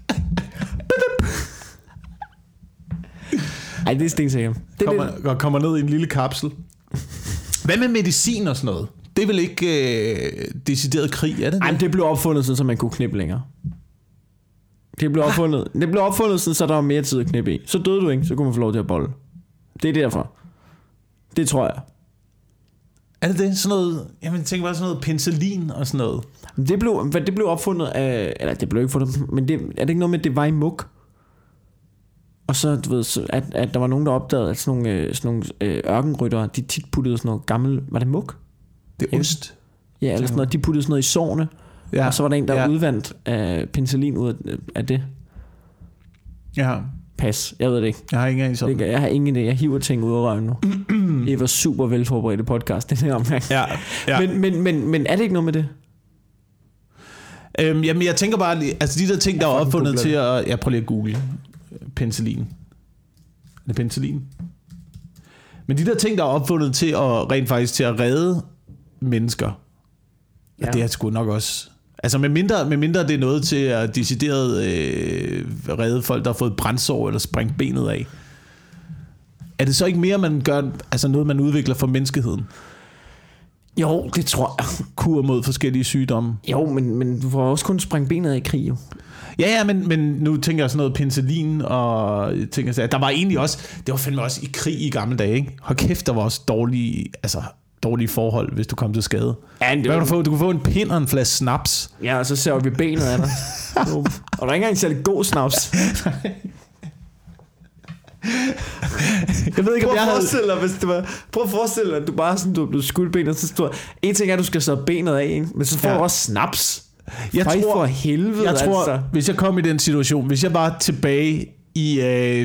Ej, det er stensikkert. Kommer ned i en lille kapsel. Hvad med medicin og sådan noget? Det er vel ikke decideret krig, er det? Ej, det blev opfundet sådan, så man kunne knippe længere. Det blev opfundet sådan, så der var mere tid at knippe i. Så døde du ikke, så kunne man få lov til at bolle. Det er derfor. Det tror jeg. Er det sådan noget? Jeg tænker bare sådan noget penicillin og sådan noget. Det blev opfundet af... Eller det blev ikke fundet, men er det ikke noget med, at det var i mug? Og så, du ved, at der var nogen, der opdagede, at sådan nogle ørkenryttere, de tit puttede sådan noget gammel... Var det mug? Det er ost. Ja, eller sådan noget. De puttede sådan noget i sårene. Ja. Og så var der en, der udvandt penicillin ud af det. Ja. Pas, jeg ved det ikke. Jeg har ingen idé. Jeg har ingen idé. Jeg hiver ting ud af røven nu. Det var super velforberedt podcast, den her omgang. Ja. Men er det ikke noget med det? Jamen, jeg tænker bare, altså de der ting, der er opfundet til at... Jeg prøver lige at google penicillin. Er det penicillin? Men de der ting, der er opfundet til at rent faktisk til at redde mennesker, ja. Det er sgu nok også... Altså med mindre det er noget til at decideret redde folk, der har fået brændsår eller sprængt benet af. Er det så ikke mere, man gør, altså noget, man udvikler for menneskeheden? Jo, det tror jeg. Kur mod forskellige sygdomme. Jo, men du får også kun sprængt benet af i krig, jo. Ja, men nu tænker jeg sådan noget penicillin, og tænker så, der var egentlig også, det var fandme også i krig i gamle dage, ikke? Hold kæft, der var også dårlige forhold, hvis du kom til skade. Ja, hvad kan du få? Du kunne få en pind og en flaske snaps. Ja, og så ser vi benet af dig. Og der er ikke engang særlig god snaps. Jeg ved ikke, om jeg havde... Prøv at forestille dig, at du bare sådan, du er blevet skudt benet, så står... En ting er, at du skal så benet af, ikke? Men så får du også snaps. Jeg tror, hvis jeg kom i den situation, hvis jeg var tilbage i,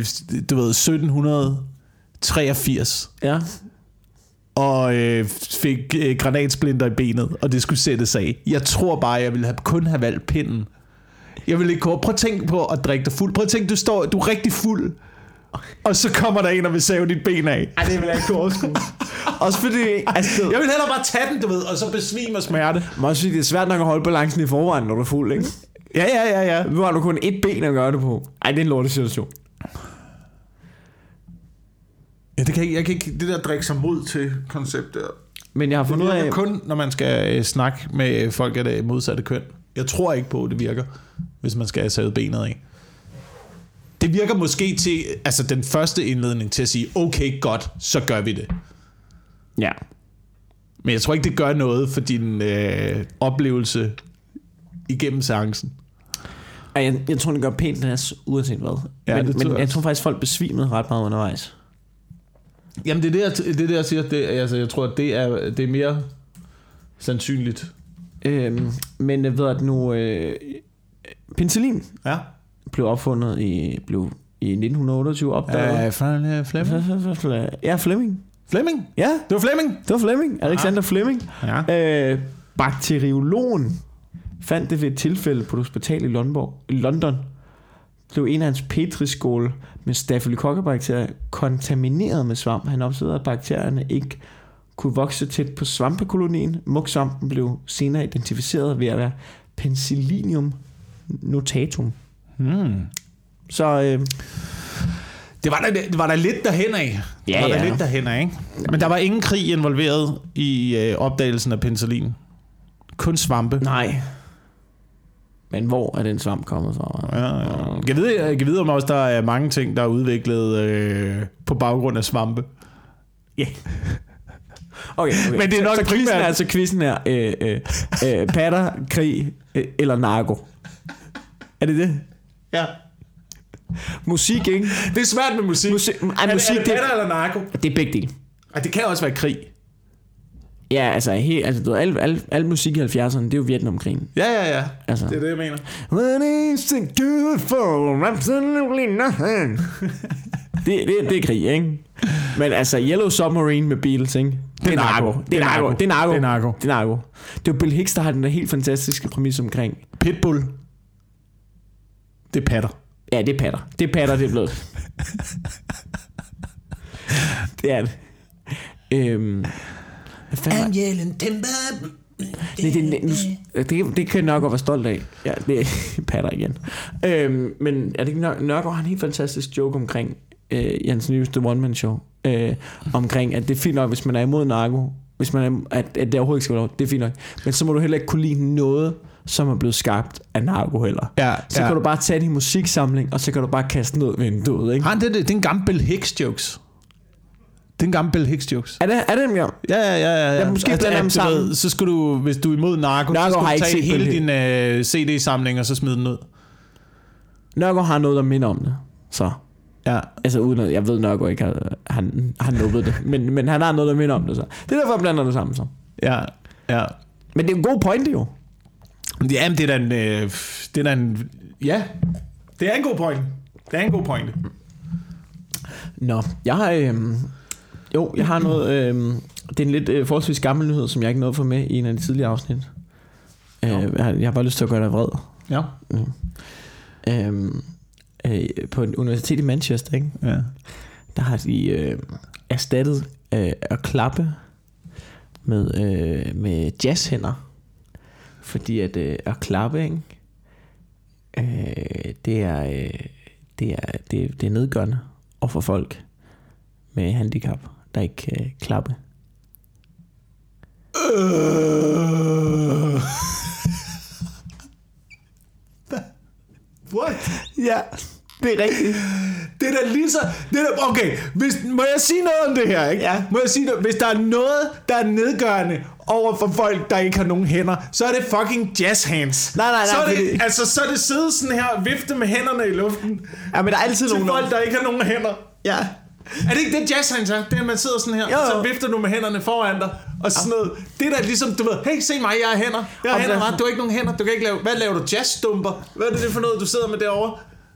1783, ja, og fik granatsplinter i benet, og det skulle sættes af. Jeg tror bare, jeg ville kun have valgt pinden. Jeg ville ikke prøve at tænke på at drikke dig fuld. Prøv at tænke, du er rigtig fuld, og så kommer der en og vil save dit ben af. Ej, det vil jeg ikke overskue. Også fordi... Altså, jeg vil hellere bare tage den, du ved, og så besvime og smerte. Men også fordi det er svært nok at holde balancen i forvejen, når du er fuld, ikke? Ja. Nu har du kun et ben at gøre det på. Ej, det er en lortesituation. Ja, jeg kan ikke det der drikke sig mod til koncept der. Men jeg har fundet ud af... kun, når man skal snakke med folk af det modsatte køn. Jeg tror ikke på, at det virker, hvis man skal have savet benet af. Det virker måske til, altså den første indledning til at sige, okay, godt, så gør vi det. Ja. Men jeg tror ikke, det gør noget for din oplevelse igennem seancen. Jeg tror, det gør pænt, uanset hvad. Ja, men jeg tror faktisk, folk besvimede ret meget undervejs. Jamen, det er det, jeg siger. Jeg tror, at det er mere sandsynligt. Men jeg ved, at nu... penicillin... Ja. Blev opfundet i 1928 opdaget. Fleming. Ja, Fleming. Fleming? Ja, det var Fleming. Det var Fleming. Alexander Fleming. Ja. Bakteriologen fandt det ved et tilfælde på et hospital i London. Blev en af hans petriskåle med stafylokokkebakterier kontamineret med svamp. Han opdagede, at bakterierne ikke kunne vokse tæt på svampekolonien. Mugsvampen blev senere identificeret ved at være Penicillium notatum. Så det var der lidt derhen af. Lidt derhen af, ikke? Men der var ingen krig involveret i opdagelsen af penicillin. Kun svampe. Nej. Men hvor er den svamp kommet fra? Ja. Jeg ved om også, der er mange ting, der er udviklet på baggrund af svampe. Ja. Yeah. Okay. Men det er nok primært... Så quizzen er patter, krig eller narko. Er det det? Ja. Musik, ikke? Det er svært med musik. Musik er det patter eller narko? Det er begge dele. Det kan også være krig. Ja, altså al musik i 70'erne, det er jo Vietnamkrigen. Ja. Altså. Det er det, jeg mener. What is to do for absolutely nothing? det er krig, ikke? Men altså, Yellow Submarine med Beatles, ikke? Det er narko. Det er narko. Det er jo Bill Hicks, der har den der helt fantastiske præmis omkring. Pitbull. Det er patter. Ja, det er patter. Det er patter, det er blevet. Det er det. I'm yelling timber. Det kan Nørgaard være stolt af. Ja, det er patter igen. Men er det ikke Nørgaard har en helt fantastisk joke omkring Jens nyeste one-man show. Omkring, at det er fint nok, hvis man er imod narko. Hvis man er, at det overhovedet ikke skal være lov. Det er fint nok. Men så må du heller ikke kunne lide noget, som er blevet skabt af narko heller. Så kan du bare tage din musiksamling, og så kan du bare kaste noget ved en død, ikke? Det er en gammel Bill Hicks jokes. er en gammel Bill Hicks jokes. Er det dem, ja? Ja. Måske blander dem sammen. Så skulle du, hvis du er imod narko, så skulle du tage hele din CD-samling og så smide den ud. Nørgaard har noget, der minder om det. Så. Ja. Altså uden at, jeg ved Nørgaard ikke, han nubbede det. Men han har noget, der minder om det så. Det er derfor, jeg blander det sammen så. Ja. Men det er en god pointe jo. Ja, men det er en ja, det er en god pointe. Det er en god pointe. Nå, jeg har noget. Det er en lidt forholdsvis gammel nyhed, som jeg ikke nåede for med i en af de tidligere afsnit. Jeg har bare lyst til at gøre dig vred. Ja. På en universitet i Manchester, ikke? Ja. Der har de erstattet at klappe med jazzhænder. Fordi at klappe, ikke? Det er nedgørende og for folk med handicap, der ikke kan klappe. What? Ja, det er rigtigt. Det er da lige så... Okay, må jeg sige noget om det her, ikke? Ja. Må jeg sige noget? Hvis der er noget, der er nedgørende over for folk, der ikke har nogen hænder, så er det fucking jazz hands. Nej, så er det, fordi... så er det sidde sådan her og vifte med hænderne i luften. Ja, men der er altid til nogen... folk, der ikke har nogen hænder. Ja. Er det ikke det jazz hands er? Det er, man sidder sådan her, jo. så vifter du med hænderne foran dig, og sådan noget. Det er da ligesom, du ved, hey, se mig, jeg har hænder. Jeg har hænder, du har ikke nogen hænder, du kan ikke lave... Hvad laver du? Jazzstumper? Hvad er det for noget, du sidder med derovre?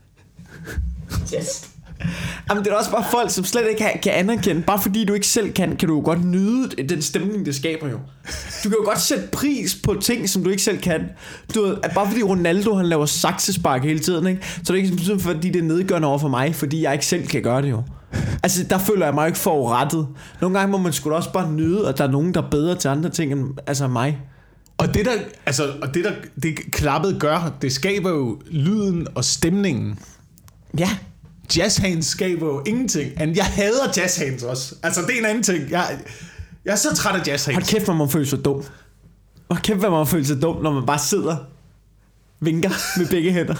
Yes. Jamen det er også bare folk, som slet ikke kan anerkende. Bare fordi du ikke selv kan du jo godt nyde den stemning, det skaber jo. Du kan jo godt sætte pris på ting, som du ikke selv kan. Du ved, bare fordi Ronaldo han laver saksespark hele tiden, ikke? Så det er ikke sådan, fordi det er nedgørende over for mig, fordi jeg ikke selv kan gøre det jo. Altså der føler jeg mig ikke forurettet. Nogle gange må man sgu da også bare nyde, at der er nogen, der er bedre til andre ting end altså mig. Og det klappet gør, det skaber jo lyden og stemningen. Ja. Jazzhands skaber jo ingenting. Jeg hader jazzhands også. Altså det er en anden ting. Jeg er så træt af jazzhands. Hold kæft, hvor man føler sig dum. Hold kæft, hvor man føler sig dum, når man bare sidder vinker med begge hænder.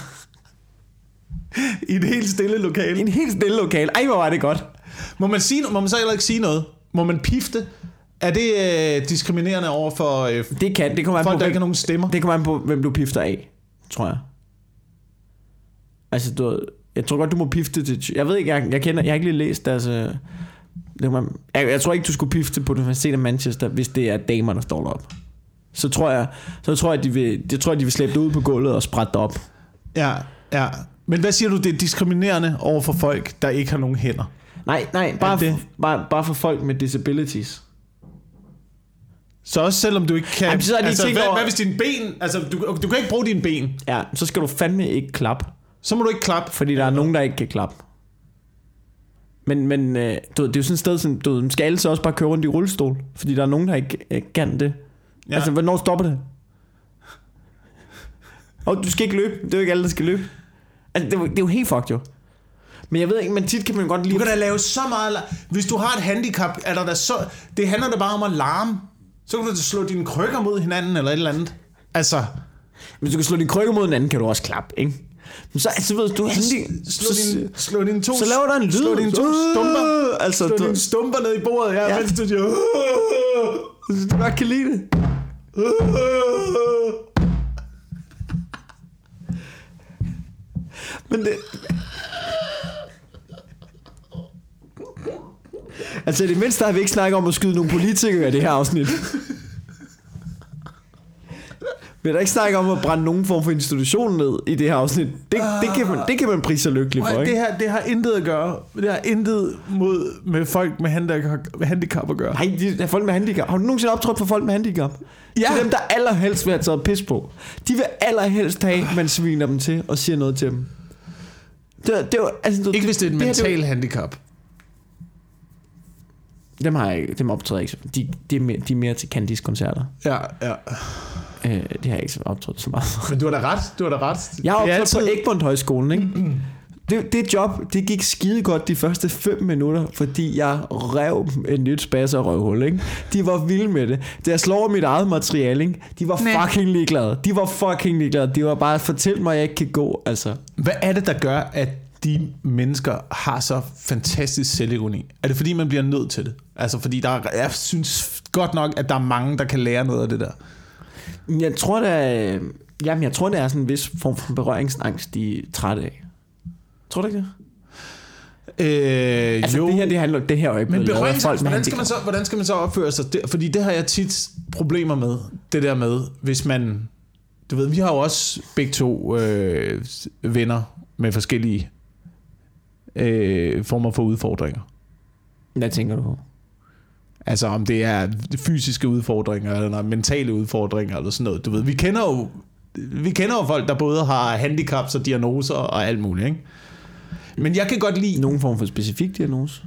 I et helt stille lokale. I et helt stille lokale. Ej, hvor var det godt. Må man så heller ikke sige noget? Må man pifte? Er det diskriminerende over for det kommer folk, på, der ikke har nogen stemmer? Det kommer an på, hvem du pifter af, tror jeg. Altså, jeg tror godt, du må pifte til... Jeg ved ikke, jeg har ikke lige læst deres... Jeg tror ikke, du skulle pifte på Universitetet af Manchester, hvis det er damer, der står derop. Så tror jeg, de vil slæbe det ud på gulvet og sprætte det op. Ja. Men hvad siger du, det er diskriminerende over for folk, der ikke har nogen hænder? Nej, bare for folk med disabilities. Så også selvom du ikke kan... Jamen, så hvad hvis dine ben... Altså, du kan ikke bruge dine ben. Ja, så skal du fandme ikke klappe. Så må du ikke klappe. Fordi der er nogen, der ikke kan klappe. Men det er jo sådan et sted, som du skal altså også bare køre rundt i rullestol. Fordi der er nogen, der ikke kan det. Ja. Altså, hvornår stopper det? Og du skal ikke løbe. Det er jo ikke alle, der skal løbe. Altså, det er jo helt fucked jo. Men jeg ved ikke, men tit kan man godt lide... Du kan da lave så meget... Hvis du har et handicap, er der så... Det handler da bare om at larme. Så kan du slå dine krykker mod hinanden, eller et eller andet. Altså... Hvis du kan slå dine krykker mod hinanden, kan du også klappe, ikke? Men så ved du... Slå dine to... Så laver der en lyd. Slå dine to stumper. Altså, slå dine stumper ned i bordet, ja. Mens du siger... Du godt kan lide det. Men det... Altså, det mindste har vi ikke snakket om at skyde nogle politikere i det her afsnit. Vi har ikke snakket om at brænde nogen form for institution ned i det her afsnit. Det kan man prise sig lykkelig for, ikke? Det har intet at gøre. Det har intet med folk med handicap at gøre. Nej, det er folk med handicap. Har du nogensinde optrådt for folk med handicap? Ja. Det er dem, der allerhelst vil have taget pis på. De vil allerhelst have, man sviner dem til og siger noget til dem. Ikke hvis det er et mental handicap. Dem optræder ikke. De er mere til Candice-koncerter. Ja. Det har jeg ikke optrådt så meget. Men du har da ret. Jeg har optrådt på Egmont Højskolen, ikke? Det job, det gik skide godt de første 5 minutter, fordi jeg rev et nyt spas og røvhul, ikke? De var vilde med det. Da jeg slår over mit eget materiale, ikke? De var fucking ligeglade. De var bare, fortæl mig, at jeg ikke kan gå, altså. Hvad er det, der gør, at de mennesker har så fantastisk selvironi? Er det fordi, man bliver nødt til det? Altså fordi jeg synes godt nok, at der er mange, der kan lære noget af det der. Jeg tror, det er sådan en vis form for berøringsangst, de er trætte af. Tror du ikke det? Altså jo. Det handler det her ikke. Men berøringsangst, hvordan skal man så opføre sig? Fordi det har jeg tit problemer med. Det der med, hvis man... Du ved, vi har jo også begge to venner med forskellige former for udfordringer. Hvad tænker du på? Altså om det er fysiske udfordringer eller mentale udfordringer eller sådan noget. Du ved, vi kender jo folk, der både har handicaps og diagnoser og alt muligt, ikke? Men jeg kan godt lide... Nogen form for specifik diagnose?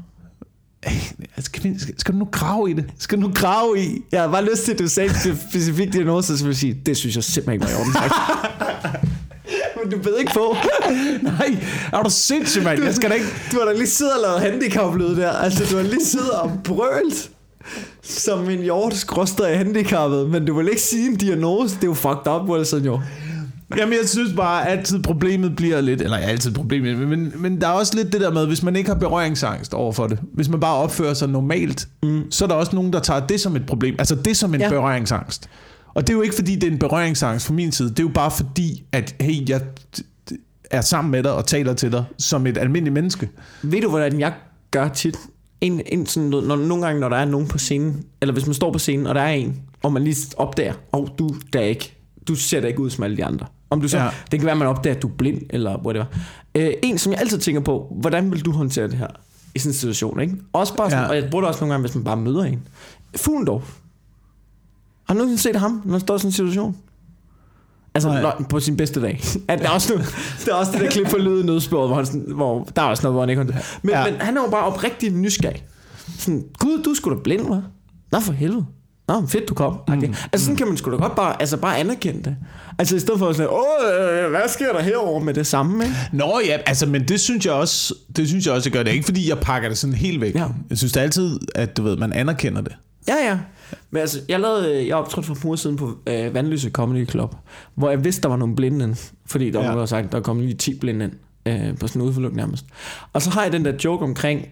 Skal du nu grave i det? Skal du nu grave i? Jeg har bare lyst til, at du sagde specifik diagnose, så vil jeg sige, det synes jeg simpelthen ikke var i orden sagt. Men du ved ikke på. Nej, er du sindssygt, mand? Jeg skal da ikke... Du har da lige siddet og lavet handicap-lyd der. Altså, du har lige siddet og brølt som en hjorteskroster i handicappet, men du vil ikke sige en diagnose. Det er jo fucked up, Wilson, jo. Jamen, jeg synes bare, at altid problemet bliver lidt... Eller ikke altid problemet, men der er også lidt det der med, hvis man ikke har berøringsangst over for det. Hvis man bare opfører sig normalt, så er der også nogen, der tager det som et problem. Altså det som en berøringsangst. Og det er jo ikke, fordi det er en berøringsangst fra min side. Det er jo bare fordi, at hey, jeg er sammen med dig og taler til dig som et almindeligt menneske. Ved du, hvordan jeg gør tit? Sådan, nogle gange, når der er nogen på scenen, eller hvis man står på scenen, og der er en, og man lige opdager, du ser da ikke ud som alle de andre. Om du så, det kan være, at man opdager, at du er blind, eller whatever. En, som jeg altid tænker på, hvordan vil du håndtere det her i sådan en situation, ikke? Også bare sådan, og jeg bruger det også nogle gange, hvis man bare møder en. Fuglendorf. Har du nogensinde set ham, når han står i sådan en situation? Altså på sin bedste dag. Der er også det der klip på lyden nødsporet, hvor der er også noget, hvor han ikke håndterer. Men han er jo bare oprigtig nysgerrig. Sådan, Gud, du skulle da blind, hva'? Nå, for helvede. Nå, fedt du kom. Okay. Altså sådan kan man sgu da godt bare anerkende det. Altså i stedet for at sige, hvad sker der herovre med det samme, ikke? Nå ja, altså men det synes jeg også, jeg gør det. Ikke fordi jeg pakker det sådan helt væk. Ja. Jeg synes det er altid, at du ved, man anerkender det. Ja. Men altså, jeg optrådte for par siden på Vandløse Comedy Club, hvor jeg vidste, der var nogle blinde ind, fordi der var sagt, der kom lige 10 blinde ind på sådan en udflugt nærmest. Og så har jeg den der joke omkring,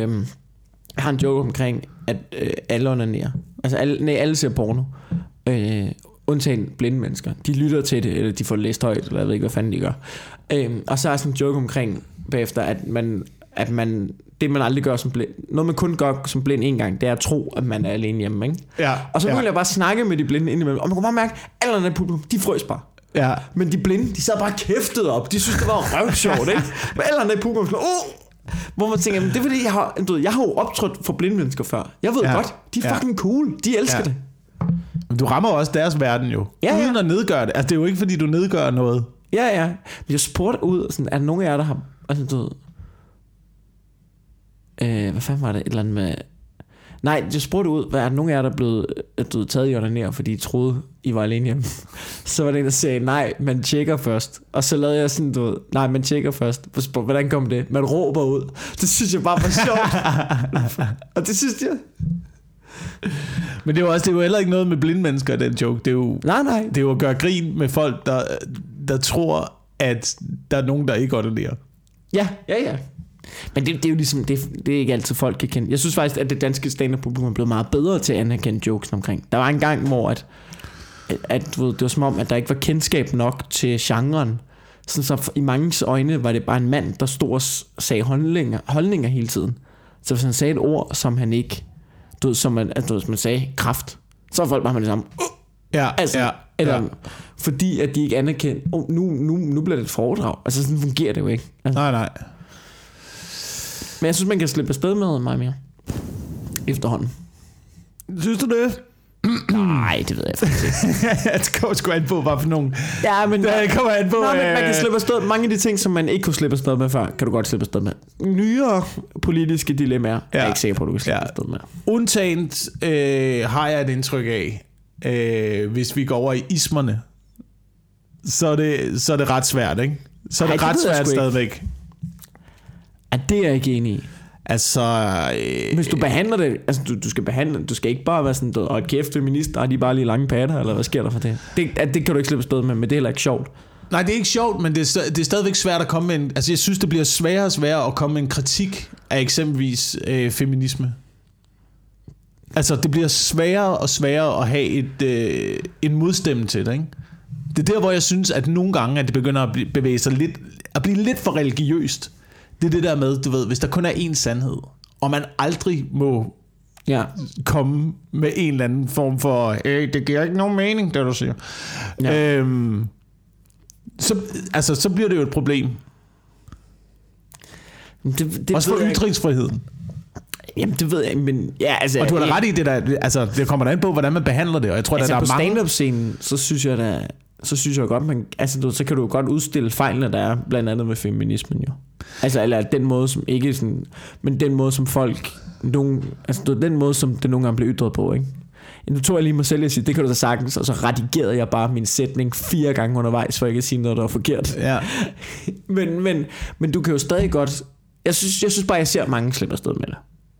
at alle onanerer. Altså alle ser porno. Undtagen blinde mennesker. De lytter til det, eller de får læst højt, eller jeg ved ikke, hvad fanden de gør. Og så er sådan en joke omkring bagefter, at man det man aldrig gør som blind, noget man kun gør som blind en gang, det er at tro, at man er alene hjemme, ikke? Ja, og så ville jeg bare snakke med de blinde indimellem, og man kunne bare mærke, at alle publikum, de frøs bare. Ja. Men de blinde, de sad bare kæftet op. De synes det var røvsjovt, ikke? Men alle i publikum sådan, hvor man tænker, det er fordi jeg har jo optrådt for blinde mennesker før. Jeg ved godt, de er fucking cool. De elsker det. Men du rammer også deres verden jo. Uden at nedgøre det. Altså det er jo ikke fordi du nedgør noget. Ja. Men jeg spurgte ud, sådan, er der nogen af jer, der har hvad fanden var det? Et eller andet med... Nej, jeg spurgte ud, hvad er der nogen af jer, der er blevet taget i onaner, fordi I troede, I var alene hjemme? Så var det en, der sagde, nej, man tjekker først. Og så lavede jeg sådan, nej, man tjekker først. Hvordan kom det? Man råber ud. Det synes jeg bare var sjovt. Og det synes jeg... Men det er jo heller ikke noget med blinde mennesker, den joke. Det er jo, nej. Det er jo at gøre grin med folk, der tror, at der er nogen, der ikke onanerer. Ja. Men det er jo ligesom, det er ikke altid folk kan kende. Jeg synes faktisk, at det danske stand-up-publikum er blevet meget bedre til at anerkende jokes omkring. Der var en gang, hvor det var som om, at der ikke var kendskab nok til genren. Sådan så i manges øjne var det bare en mand, der stod og sagde holdninger hele tiden. Så hvis han sagde et ord, som han ikke, som man sagde, kraft, så var folk bare med det samme. Fordi at de ikke anerkendte, nu bliver det et foredrag. Altså sådan fungerer det jo ikke. Altså. Nej. Men jeg synes, man kan slippe afsted med mig mere efterhånden. Synes du det? Nej, det ved jeg faktisk ikke. Det kommer sgu an på, hvad for nogen. Ja, men det kommer an på. Men man kan slippe afsted. Mange af de ting, som man ikke kunne slippe afsted med før, kan du godt slippe afsted med. Nyere politiske dilemmaer er jeg ikke sikker på, at du kan slippe afsted med. Undtaget har jeg et indtryk af, hvis vi går over i ismerne, så er det ret svært, ikke? Så er det ret svært stadigvæk. Det er jeg ikke enig i. Altså hvis du behandler det, altså du skal ikke bare være sådan, og kæft feminister, har de bare lige lange patter, eller hvad sker der for det? Det kan du ikke slippe afsted med, men det er heller ikke sjovt. Nej, det er ikke sjovt, men det er stadigvæk svært at komme med en... Altså, jeg synes, det bliver sværere og sværere at komme med en kritik af eksempelvis feminisme. Altså, det bliver sværere og sværere at have en modstemme til det, ikke? Det er der, hvor jeg synes, at nogle gange, at det begynder at bevæge sig lidt... At blive lidt for religiøst. Det er det der med, du ved, hvis der kun er én sandhed, og man aldrig må komme med en eller anden form for... det giver ikke nogen mening, det du siger. Ja. Så bliver det jo et problem. Det også for ytringsfriheden. Jamen, det ved jeg, men... Ja, altså, og du har da ret i det der... Altså, det kommer da an på, hvordan man behandler det, og jeg tror, altså, der er mange... på stand-up-scenen, så synes jeg godt, man... Altså, så kan du godt udstille fejlene, der er, blandt andet med feminismen, jo. Altså, eller den måde, som ikke sådan... Men den måde, som folk... den måde, som det nogle gange bliver ytret på, ikke? Nu tog jeg lige mig selv og sige, det kan du da sagtens, og så redigerede jeg bare min sætning 4 gange undervejs, for ikke at sige noget, der var forkert. Ja. men du kan jo stadig godt... Jeg synes bare, jeg ser mange slippe afsted med det.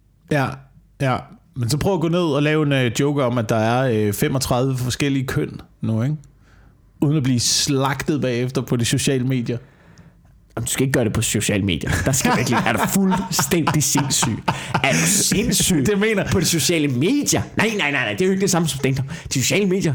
Ja. Men så prøv at gå ned og lave en joke om, at der er 35 forskellige køn nu, ikke? Uden at blive slagtet bagefter på de sociale medier. Du skal ikke gøre det på sociale medier. Der skal virkelig... Er du fuldstændig sindssyg? Er du sindssyg? Det mener på de sociale medier? Nej. Det er jo ikke det samme som stand-up. De sociale medier,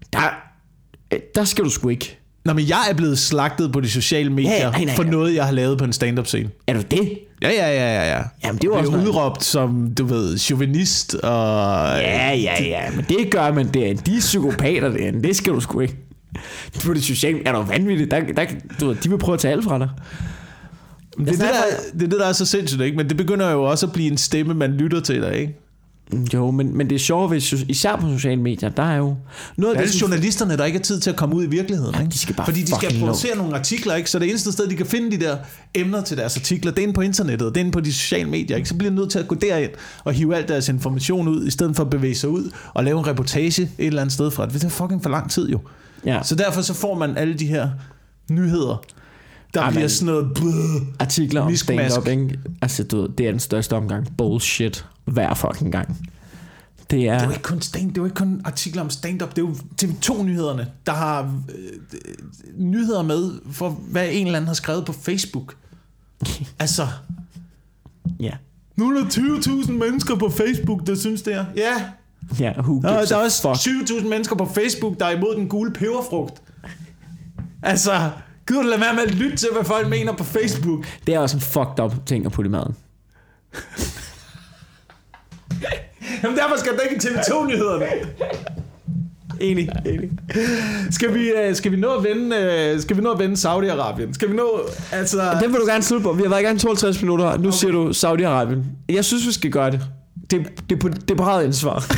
der skal du sgu ikke. Nå, men jeg er blevet slagtet på de sociale medier for noget, jeg har lavet på en stand-up scene. Er du det? Ja. Jamen, det var også udråbt som, du ved, chauvinist og... Ja. Men det gør man der. De psykopater der. Det skal du sgu ikke. På det sociale... Er du vanvittigt? De vil prøve at tage alt fra dig. Det er det, der er så sindssygt, ikke? Men det begynder jo også at blive en stemme, man lytter til dig, ikke? Jo, men det er sjovt, hvis, især på sociale medier, der er jo noget af det, journalisterne, der ikke har tid til at komme ud i virkeligheden, ikke? De skal bare fordi de skal producere nogle artikler, ikke? Så det eneste sted, de kan finde de der emner til deres artikler, det er inde på internettet, det er inde på de sociale medier, ikke? Så bliver de nødt til at gå derind og hive alt deres information ud, i stedet for at bevæge sig ud og lave en reportage et eller andet sted fra det. Det er fucking for lang tid, jo. Ja. Så derfor så får man alle de her nyheder, der bliver sådan noget artikler om stand-up, ikke? Altså, det er den største omgang bullshit hver fucking gang. Det er jo ikke kun artikler om stand-up. Det er jo TV2-nyhederne, der har nyheder med for hvad en eller anden har skrevet på Facebook. Altså, ja. Nu er der 20.000 mennesker på Facebook, der synes det er. Ja. Ja, der er også 20.000 mennesker på Facebook, der er imod den gule peberfrugt. Altså, gider du lade være med at lytte til, hvad folk mener på Facebook? Det er også en fucked up ting at putte i maden. Jamen derfor skal der ikke TV2-nyhederne. Enig. Skal vi nå at vende Saudi-Arabien? Skal vi nå, altså... Det vil du gerne slutte på. Vi har været i gang 52 minutter. Nu siger du Saudi-Arabien. Jeg synes, vi skal gøre det. Det er på eget ansvar.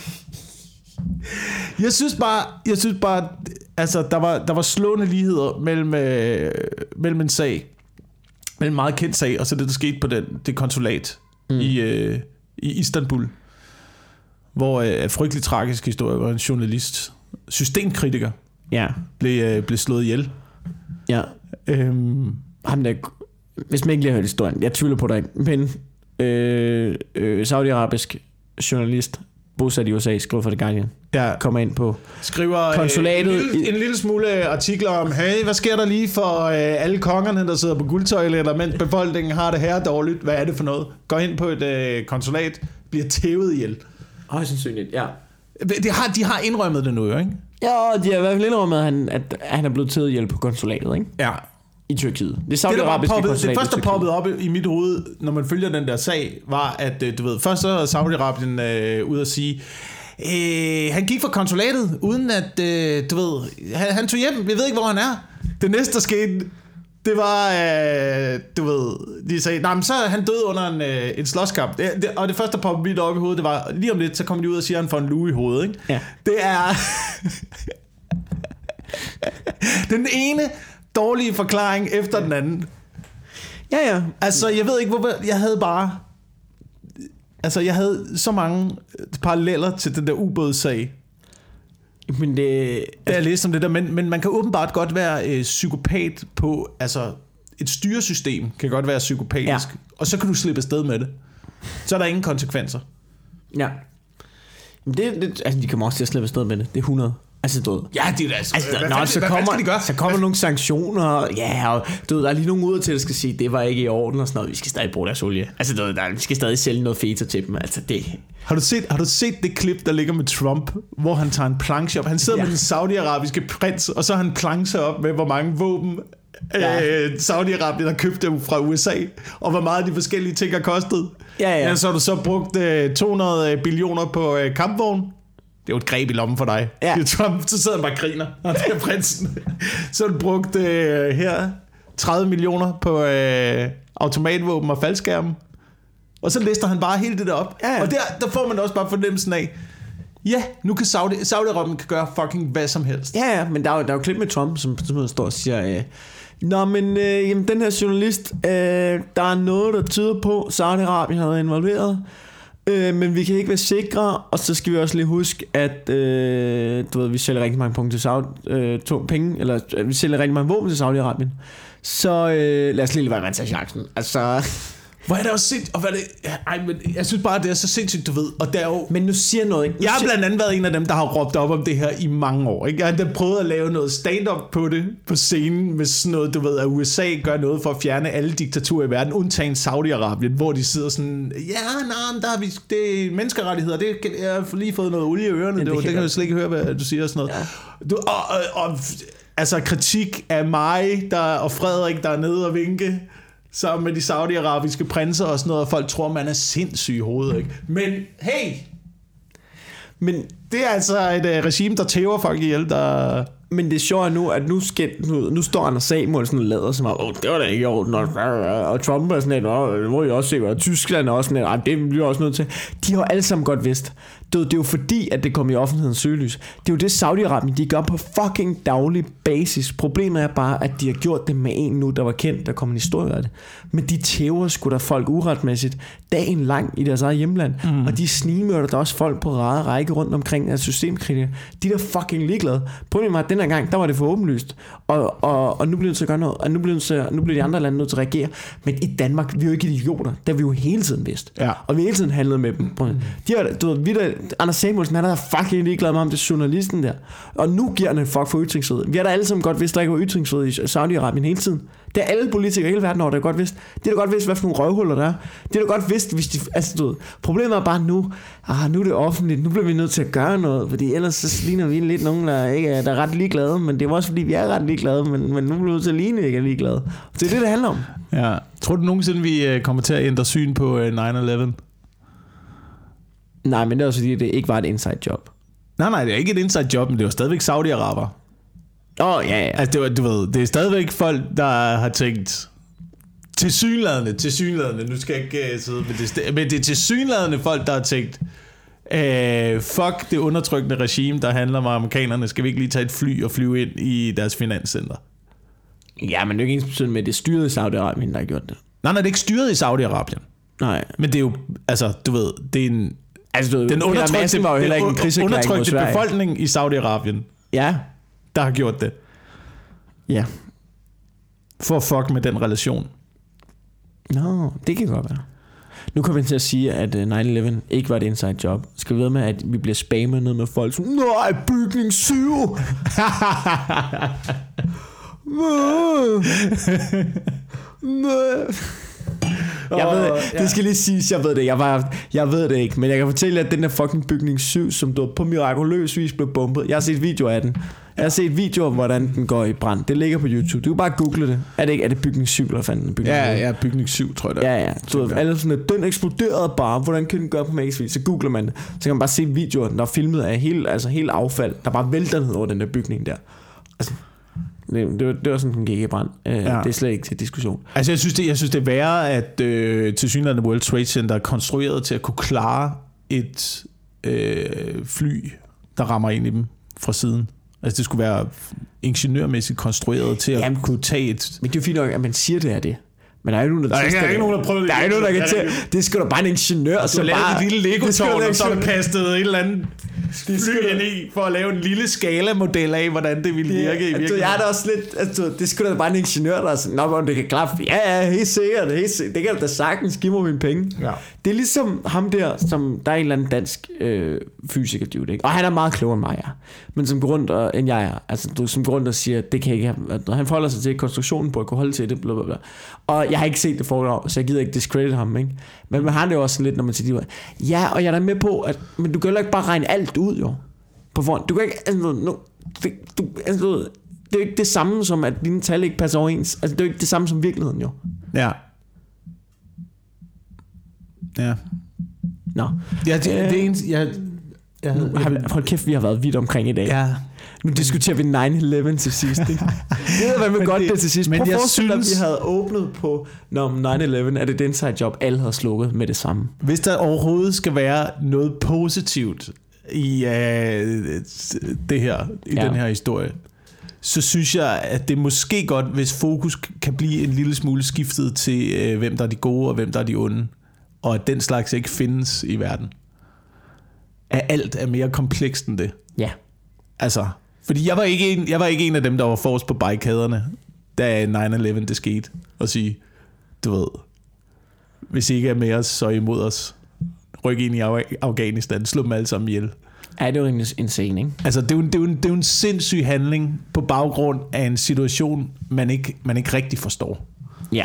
Jeg synes bare, altså der var slående ligheder mellem en sag, mellem en meget kendt sag, og så det der skete på det konsulat i Istanbul, hvor frygtelig tragisk historie, hvor en journalist, systemkritiker, blev slået ihjel. Ja. Ham der, hvis man ikke lige har hørt historien, jeg tvivler på dig, men saudiarabisk journalist bosat i USA, skriver for The Guardian, kommer ind på skriver konsulatet en lille smule artikler om, hey, hvad sker der lige for alle kongerne, der sidder på guldtoiletter, mens befolkningen har det her dårligt, hvad er det for noget? Går ind på et konsulat, bliver tævet ihjel. Sandsynligt, ja. De har indrømmet det nu, jo, ikke? Ja, de har i hvert fald indrømmet, at han er blevet tævet ihjel på konsulatet, ikke? Ja. I Tyrkiet. Det første, der poppede op i mit hoved, når man følger den der sag, var, at du ved, først så er Saudi-Arabien ude at sige, han gik fra konsulatet, uden at, du ved, han tog hjem, vi ved ikke, hvor han er. Det næste, der skete, det var, du ved, de sagde, nej, men så er han død under en slåskamp. Og det første, der poppede mit op i hovedet, det var, lige om lidt, så kommer de ud og siger, at han får en lue i hovedet, ikke? Ja. Det er den ene dårlige forklaring efter den anden. Ja. Altså, jeg ved ikke, hvorfor... Jeg havde så mange paralleller til den der ubådssag. Men det... Da jeg læste om det der, men man kan åbenbart godt være psykopat på... Altså, et styresystem kan godt være psykopatisk. Ja. Og så kan du slippe afsted med det. Så er der ingen konsekvenser. Ja. Men altså, de kommer også til at slippe afsted med det. Det er 100. Altså, du ved. Ja, det er det altså. Så kommer nogle sanktioner, ja, og du ved, der er lige nogle ud til, der skal sige, det var ikke i orden og sådan noget. Vi skal stadig bruge deres olie. Altså, du ved, vi skal stadig sælge noget feta til dem. Altså, det. Har du set det klip, der ligger med Trump, hvor han tager en planche op? Han sidder med den saudiarabiske prins, og så har han plancher op med, hvor mange våben Saudi-Arabien har købt dem fra USA, og hvor meget de forskellige ting har kostet. Ja, så har du så brugt 200 billioner på kampvogn. Det er jo et greb i lommen for dig. Ja. Trump, så sidder han bare og griner. Og det er prinsen. Så har du brugt her 30 millioner på automatvåben og faldskærmen. Og så lister han bare hele det der op. Ja. Og der får man også bare fornemmelsen af, ja, nu kan Saudi-Arabien kan gøre fucking hvad som helst. Ja, men der er jo klip med Trump, som står og siger, nå, men jamen, den her journalist, der er noget, der tyder på, Saudi-Arabien har været involveret, men vi kan ikke være sikre, og så skal vi også lige huske, at du ved, vi sælger rigtig mange penge, eller vi sælger rigtig mange våben til Saudi-Arabien. Så lad os lige være med til chancen. Altså. Hvor er det også sindssygt, og hvad det, men jeg synes bare, det er så sindssygt, du ved, og der er jo. Men nu siger noget, ikke? Jeg har blandt andet været en af dem, der har råbt op om det her i mange år, ikke? Jeg har prøvet at lave noget stand-up på det, på scenen, med sådan noget, du ved, at USA gør noget for at fjerne alle diktaturer i verden, undtagen Saudi-Arabien, hvor de sidder sådan, der har vi, det er menneskerettigheder, jeg har lige fået noget olie i ørerne, det kan jeg slet ikke høre, hvad du siger og sådan noget. Ja. Altså kritik af mig, og Frederik, der er nede og vinke, sammen med de saudiarabiske prinser og sådan noget, og folk tror, man er sindssyg i hovedet, ikke? Men hey! Men det er altså et regime, der tæver folk ihjel, der. Men det er sjovt nu, at nu står Anders Samuel sådan og lader som om, det var da ikke i orden, og Trump er sådan lidt, det må I også se, og Tyskland er også sådan lidt, det bliver også nødt til. De har alle sammen godt vidst. Det er jo fordi, at det kom i offentlighedens søgelys. Det er jo det, Saudi-Arabien, de gør på fucking daglig basis. Problemet er bare, at de har gjort det med en nu, der var kendt, der kom en historie af det. Men de tæver sgu da folk uretmæssigt dagen lang i deres eget hjemland. Og de snigmørder der også folk på række rundt omkring af systemkritikere. De der fucking ligeglade. Problemet er, at den her gang, der var det for åbenlyst. Og nu bliver det til at gøre noget. Og nu bliver de andre lande nødt til at reagere. Men i Danmark, vi er jo ikke idioter. Det har vi jo hele tiden vidst. Ja. Og vi har hele tiden handlet med dem. De har, du ved, Anders Samuelsen, han er fucking ligeglad med, om det er journalisten der. Og nu giver han en fuck for ytringsfrihed. Vi har da alle sammen godt vidst, der ikke var ytringsfrihed i Saudi-Arabien hele tiden. Det er alle politikere i hele verden, der godt vidst. Det er da godt vidst, hvad for nogle røvhuller der er. Det er da godt vidst, hvis de. Altså, du ved, problemet er bare nu. Nu er det offentligt. Nu bliver vi nødt til at gøre noget, fordi ellers så ligner vi lidt nogen, der ikke der er ret ligeglade. Men det er også fordi, vi er ret ligeglade. Men nu bliver vi nødt til at ligne, ikke er ligeglade. Det er det handler om. Ja. Tror du nogensinde, vi kommer til at ændre syn på 9/11? Nej, men det er også fordi, det ikke var et inside job. Nej, det er ikke et inside job, men det var stadigvæk Saudi-Araber. Ja. Altså, du ved, det er stadigvæk folk, der har tænkt tilsyneladende, nu skal jeg ikke sidde men det er tilsyneladende folk, der har tænkt fuck det undertrykkende regime, der handler om amerikanerne, skal vi ikke lige tage et fly og flyve ind i deres finanscenter? Ja, men det er jo ikke ensbetydende med, det er styret i Saudi-Arabien, der har gjort det. Nej, det er ikke styret i Saudi-Arabien. Nej. Men det er jo, altså, du ved, det er en. Altså, den undertrykte befolkning i Saudi-Arabien. Ja. Der har gjort det. Ja. For at fuck med den relation. Nå, det kan godt være. Nu kommer vi til at sige, at 9/11 ikke var et inside job. Skal vi ved med, at vi bliver spammet ned med folk som, nej, bygning 7! Jeg ved, det skal lige siges, jeg ved det. Jeg ved det ikke, men jeg kan fortælle, at den der fucking bygning 7, som du på mirakuløs vis blev bombet. Jeg har set videoer af den. Jeg har set videoer af, hvordan den går i brand. Det ligger på YouTube. Du kan bare google det. Er det bygning 7 eller fanden? Ja, bygning 7, tror jeg det er. Ja. Du ved, alle sådan, den eksploderede bare. Hvordan kan den gøre på magisk? Så googler man det. Så kan man bare se videoer, der er filmet af hele affald, der bare vælter ned over den der bygning der. Altså, det var sådan, den gik i brand. Det er slet ikke til diskussion. Altså, jeg synes, det er værre, at tilsyneladende World Trade Center er konstrueret til at kunne klare et fly, der rammer ind i dem fra siden. Altså, det skulle være ingeniørmæssigt konstrueret til at kunne tage et. Men det er jo fint nok, at man siger, det er det. Men der er jo nogen, der prøvet det. Der er ikke nogen, der kan til. Det er sgu da bare en ingeniør. Så lavet et lille Lego-tårn, og så har du kastet et eller andet fly ind i, for at lave en lille skala-model af, hvordan det ville virke i virkeligheden. Jeg er da også lidt, det er sgu da bare en ingeniør, der er sådan, nå, det kan klare. Ja, helt sikkert. Det kan da sagtens give mig mine penge. Ja. Det er ligesom ham der, som der er en eller anden dansk fysiker, dude, ikke? Og han er meget klogere end mig, ja. Men som grund end jeg er. Altså, som grund der siger, det kan ikke have. Han forholder sig til konstruktionen på at kunne holde til det, blablabla. Og jeg har ikke set det foregår, så jeg gider ikke discredit ham, ikke? Men man har det jo også lidt, når man siger, ja, og jeg er da med på, at men du kan jo ikke bare regne alt ud, jo. På forhånd. Du kan ikke, det er jo ikke det samme som, at dine tal ikke passer overens. Altså, det er jo ikke det samme som virkeligheden, jo. Ja. Nå. Ja, det er eneste, hold kæft, vi har været vidt omkring i dag. Ja. Nu diskuterer vi 9/11 til sidst, ikke? Det havde været med godt det til sidst. Men jeg synes, at vi havde åbnet på 9/11, er det et inside job, alle havde slukket med det samme. Hvis der overhovedet skal være noget positivt i det her, i den her historie, så synes jeg, at det måske godt, hvis fokus kan blive en lille smule skiftet til, hvem der er de gode og hvem der er de onde, og at den slags ikke findes i verden. At alt er mere komplekst end det. Ja. Altså, fordi jeg var ikke en af dem, der var forrest på barrikaderne, da 9/11 det skete, og sige, du ved, hvis I ikke er med os, så er I imod os. Ryk ind i Afghanistan, slå dem alle sammen ihjel. Ja, det er jo en scene, ikke? Altså, det er jo en sindssyg handling på baggrund af en situation, man ikke rigtig forstår. Ja.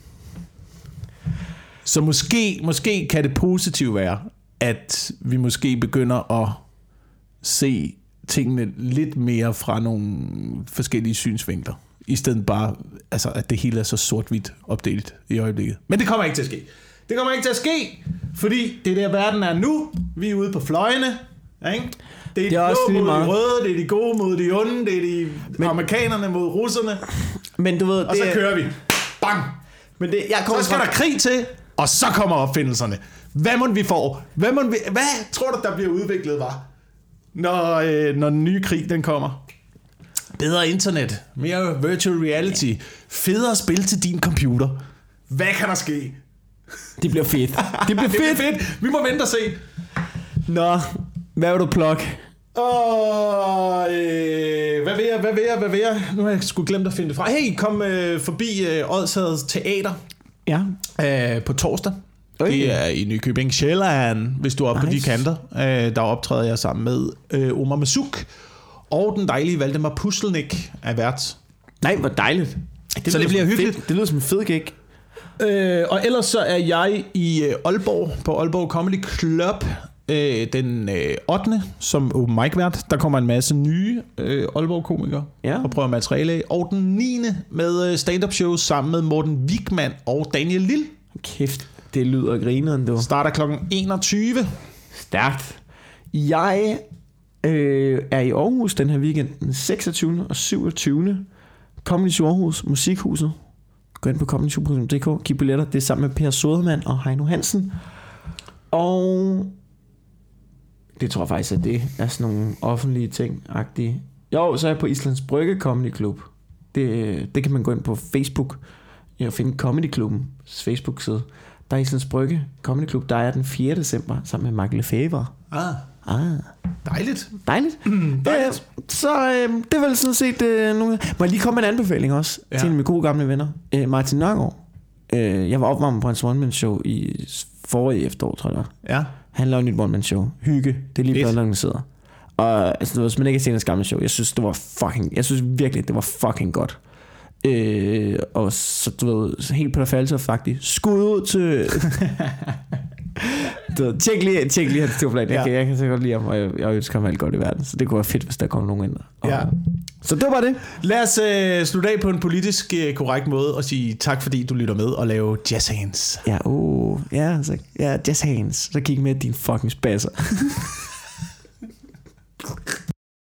Så måske kan det positivt være, at vi måske begynder at se tingene lidt mere fra nogle forskellige synsvinkler, i stedet bare, altså, at det hele er så sort-hvidt opdelt i øjeblikket. Men det kommer ikke til at ske. Det kommer ikke til at ske, fordi det der verden er nu. Vi er ude på fløjene, ikke? Det er de blå mod de røde, det er de gode mod de onde, det er de amerikanerne mod russerne. Men du ved, og så kører vi. Bang! Men det, så skal der krig til, og så kommer opfindelserne. Hvad må vi få? Hvad tror du, der bliver udviklet, når den nye krig den kommer? Bedre internet, mere virtual reality, federe spil til din computer. Hvad kan der ske? Det bliver fedt. Det bliver fedt. Vi må vente og se. Nå, hvad vil du plukke? Hvad vil jeg? Nu har jeg sgu glemt at finde det fra. Hey, kom forbi Odsherred Teater. Ja. På torsdag. Det er i Nykøbing Sjælland, hvis du er oppe på de kanter. Der optræder jeg sammen med Omar Masuk og den dejlige Valdemar Pustelnik er vært. Nej, hvor dejligt. Så det bliver hyggeligt. Det lyder som en fed gig. Og ellers så er jeg i Aalborg, på Aalborg Comedy Club, den 8. som open mic vært. Der kommer en masse nye Aalborg-komikere og prøver materiale af. Og den 9. med stand-up show sammen med Morten Wigman og Daniel Lille. Kæft, det lyder grineren, du. Starter kl. 21. Stærkt. Jeg er i Aarhus den her weekend, den 26. og 27. Comedy Show Aarhus, Musikhuset. Gå ind på comedyshow.dk, giv billetter. Det er sammen med Per Sodermann og Heino Hansen. Og det tror jeg faktisk, at det er sådan nogle offentlige ting-agtige. Jo, så er jeg på Islands Brygge Comedy Club. Det kan man gå ind på Facebook og finde Comedy Klubbens Facebook-side. Der er Islands Brygge Comedy Club. Der er den 4. december sammen med Michael Lefebvre. Dejligt. Dejligt. Så det er vel sådan set nogle. Må jeg lige komme med en anbefaling også til en af mine gode gamle venner, Martin Nørgaard. Jeg var opvarmet på hans one-man-show i forrige efterår, tror jeg. Ja. Han laver et nyt one-man-show. Hygge. Det er lige blevet lanceret. Og altså, hvis man ikke har set hans gamle show, jeg synes virkelig, det var fucking godt. Og så du ved, helt på der faldt faktisk skud ud til tjek lige hans turplan. Jeg kan så godt lide ham, og jeg ønsker ham alt godt i verden. Så det kunne være fedt, hvis der kommer nogen ind. Så det var det. Lad os slutte af på en politisk korrekt måde og sige tak, fordi du lytter med og lave jazz hands. Jazz hands. Så kig med din fucking spasser.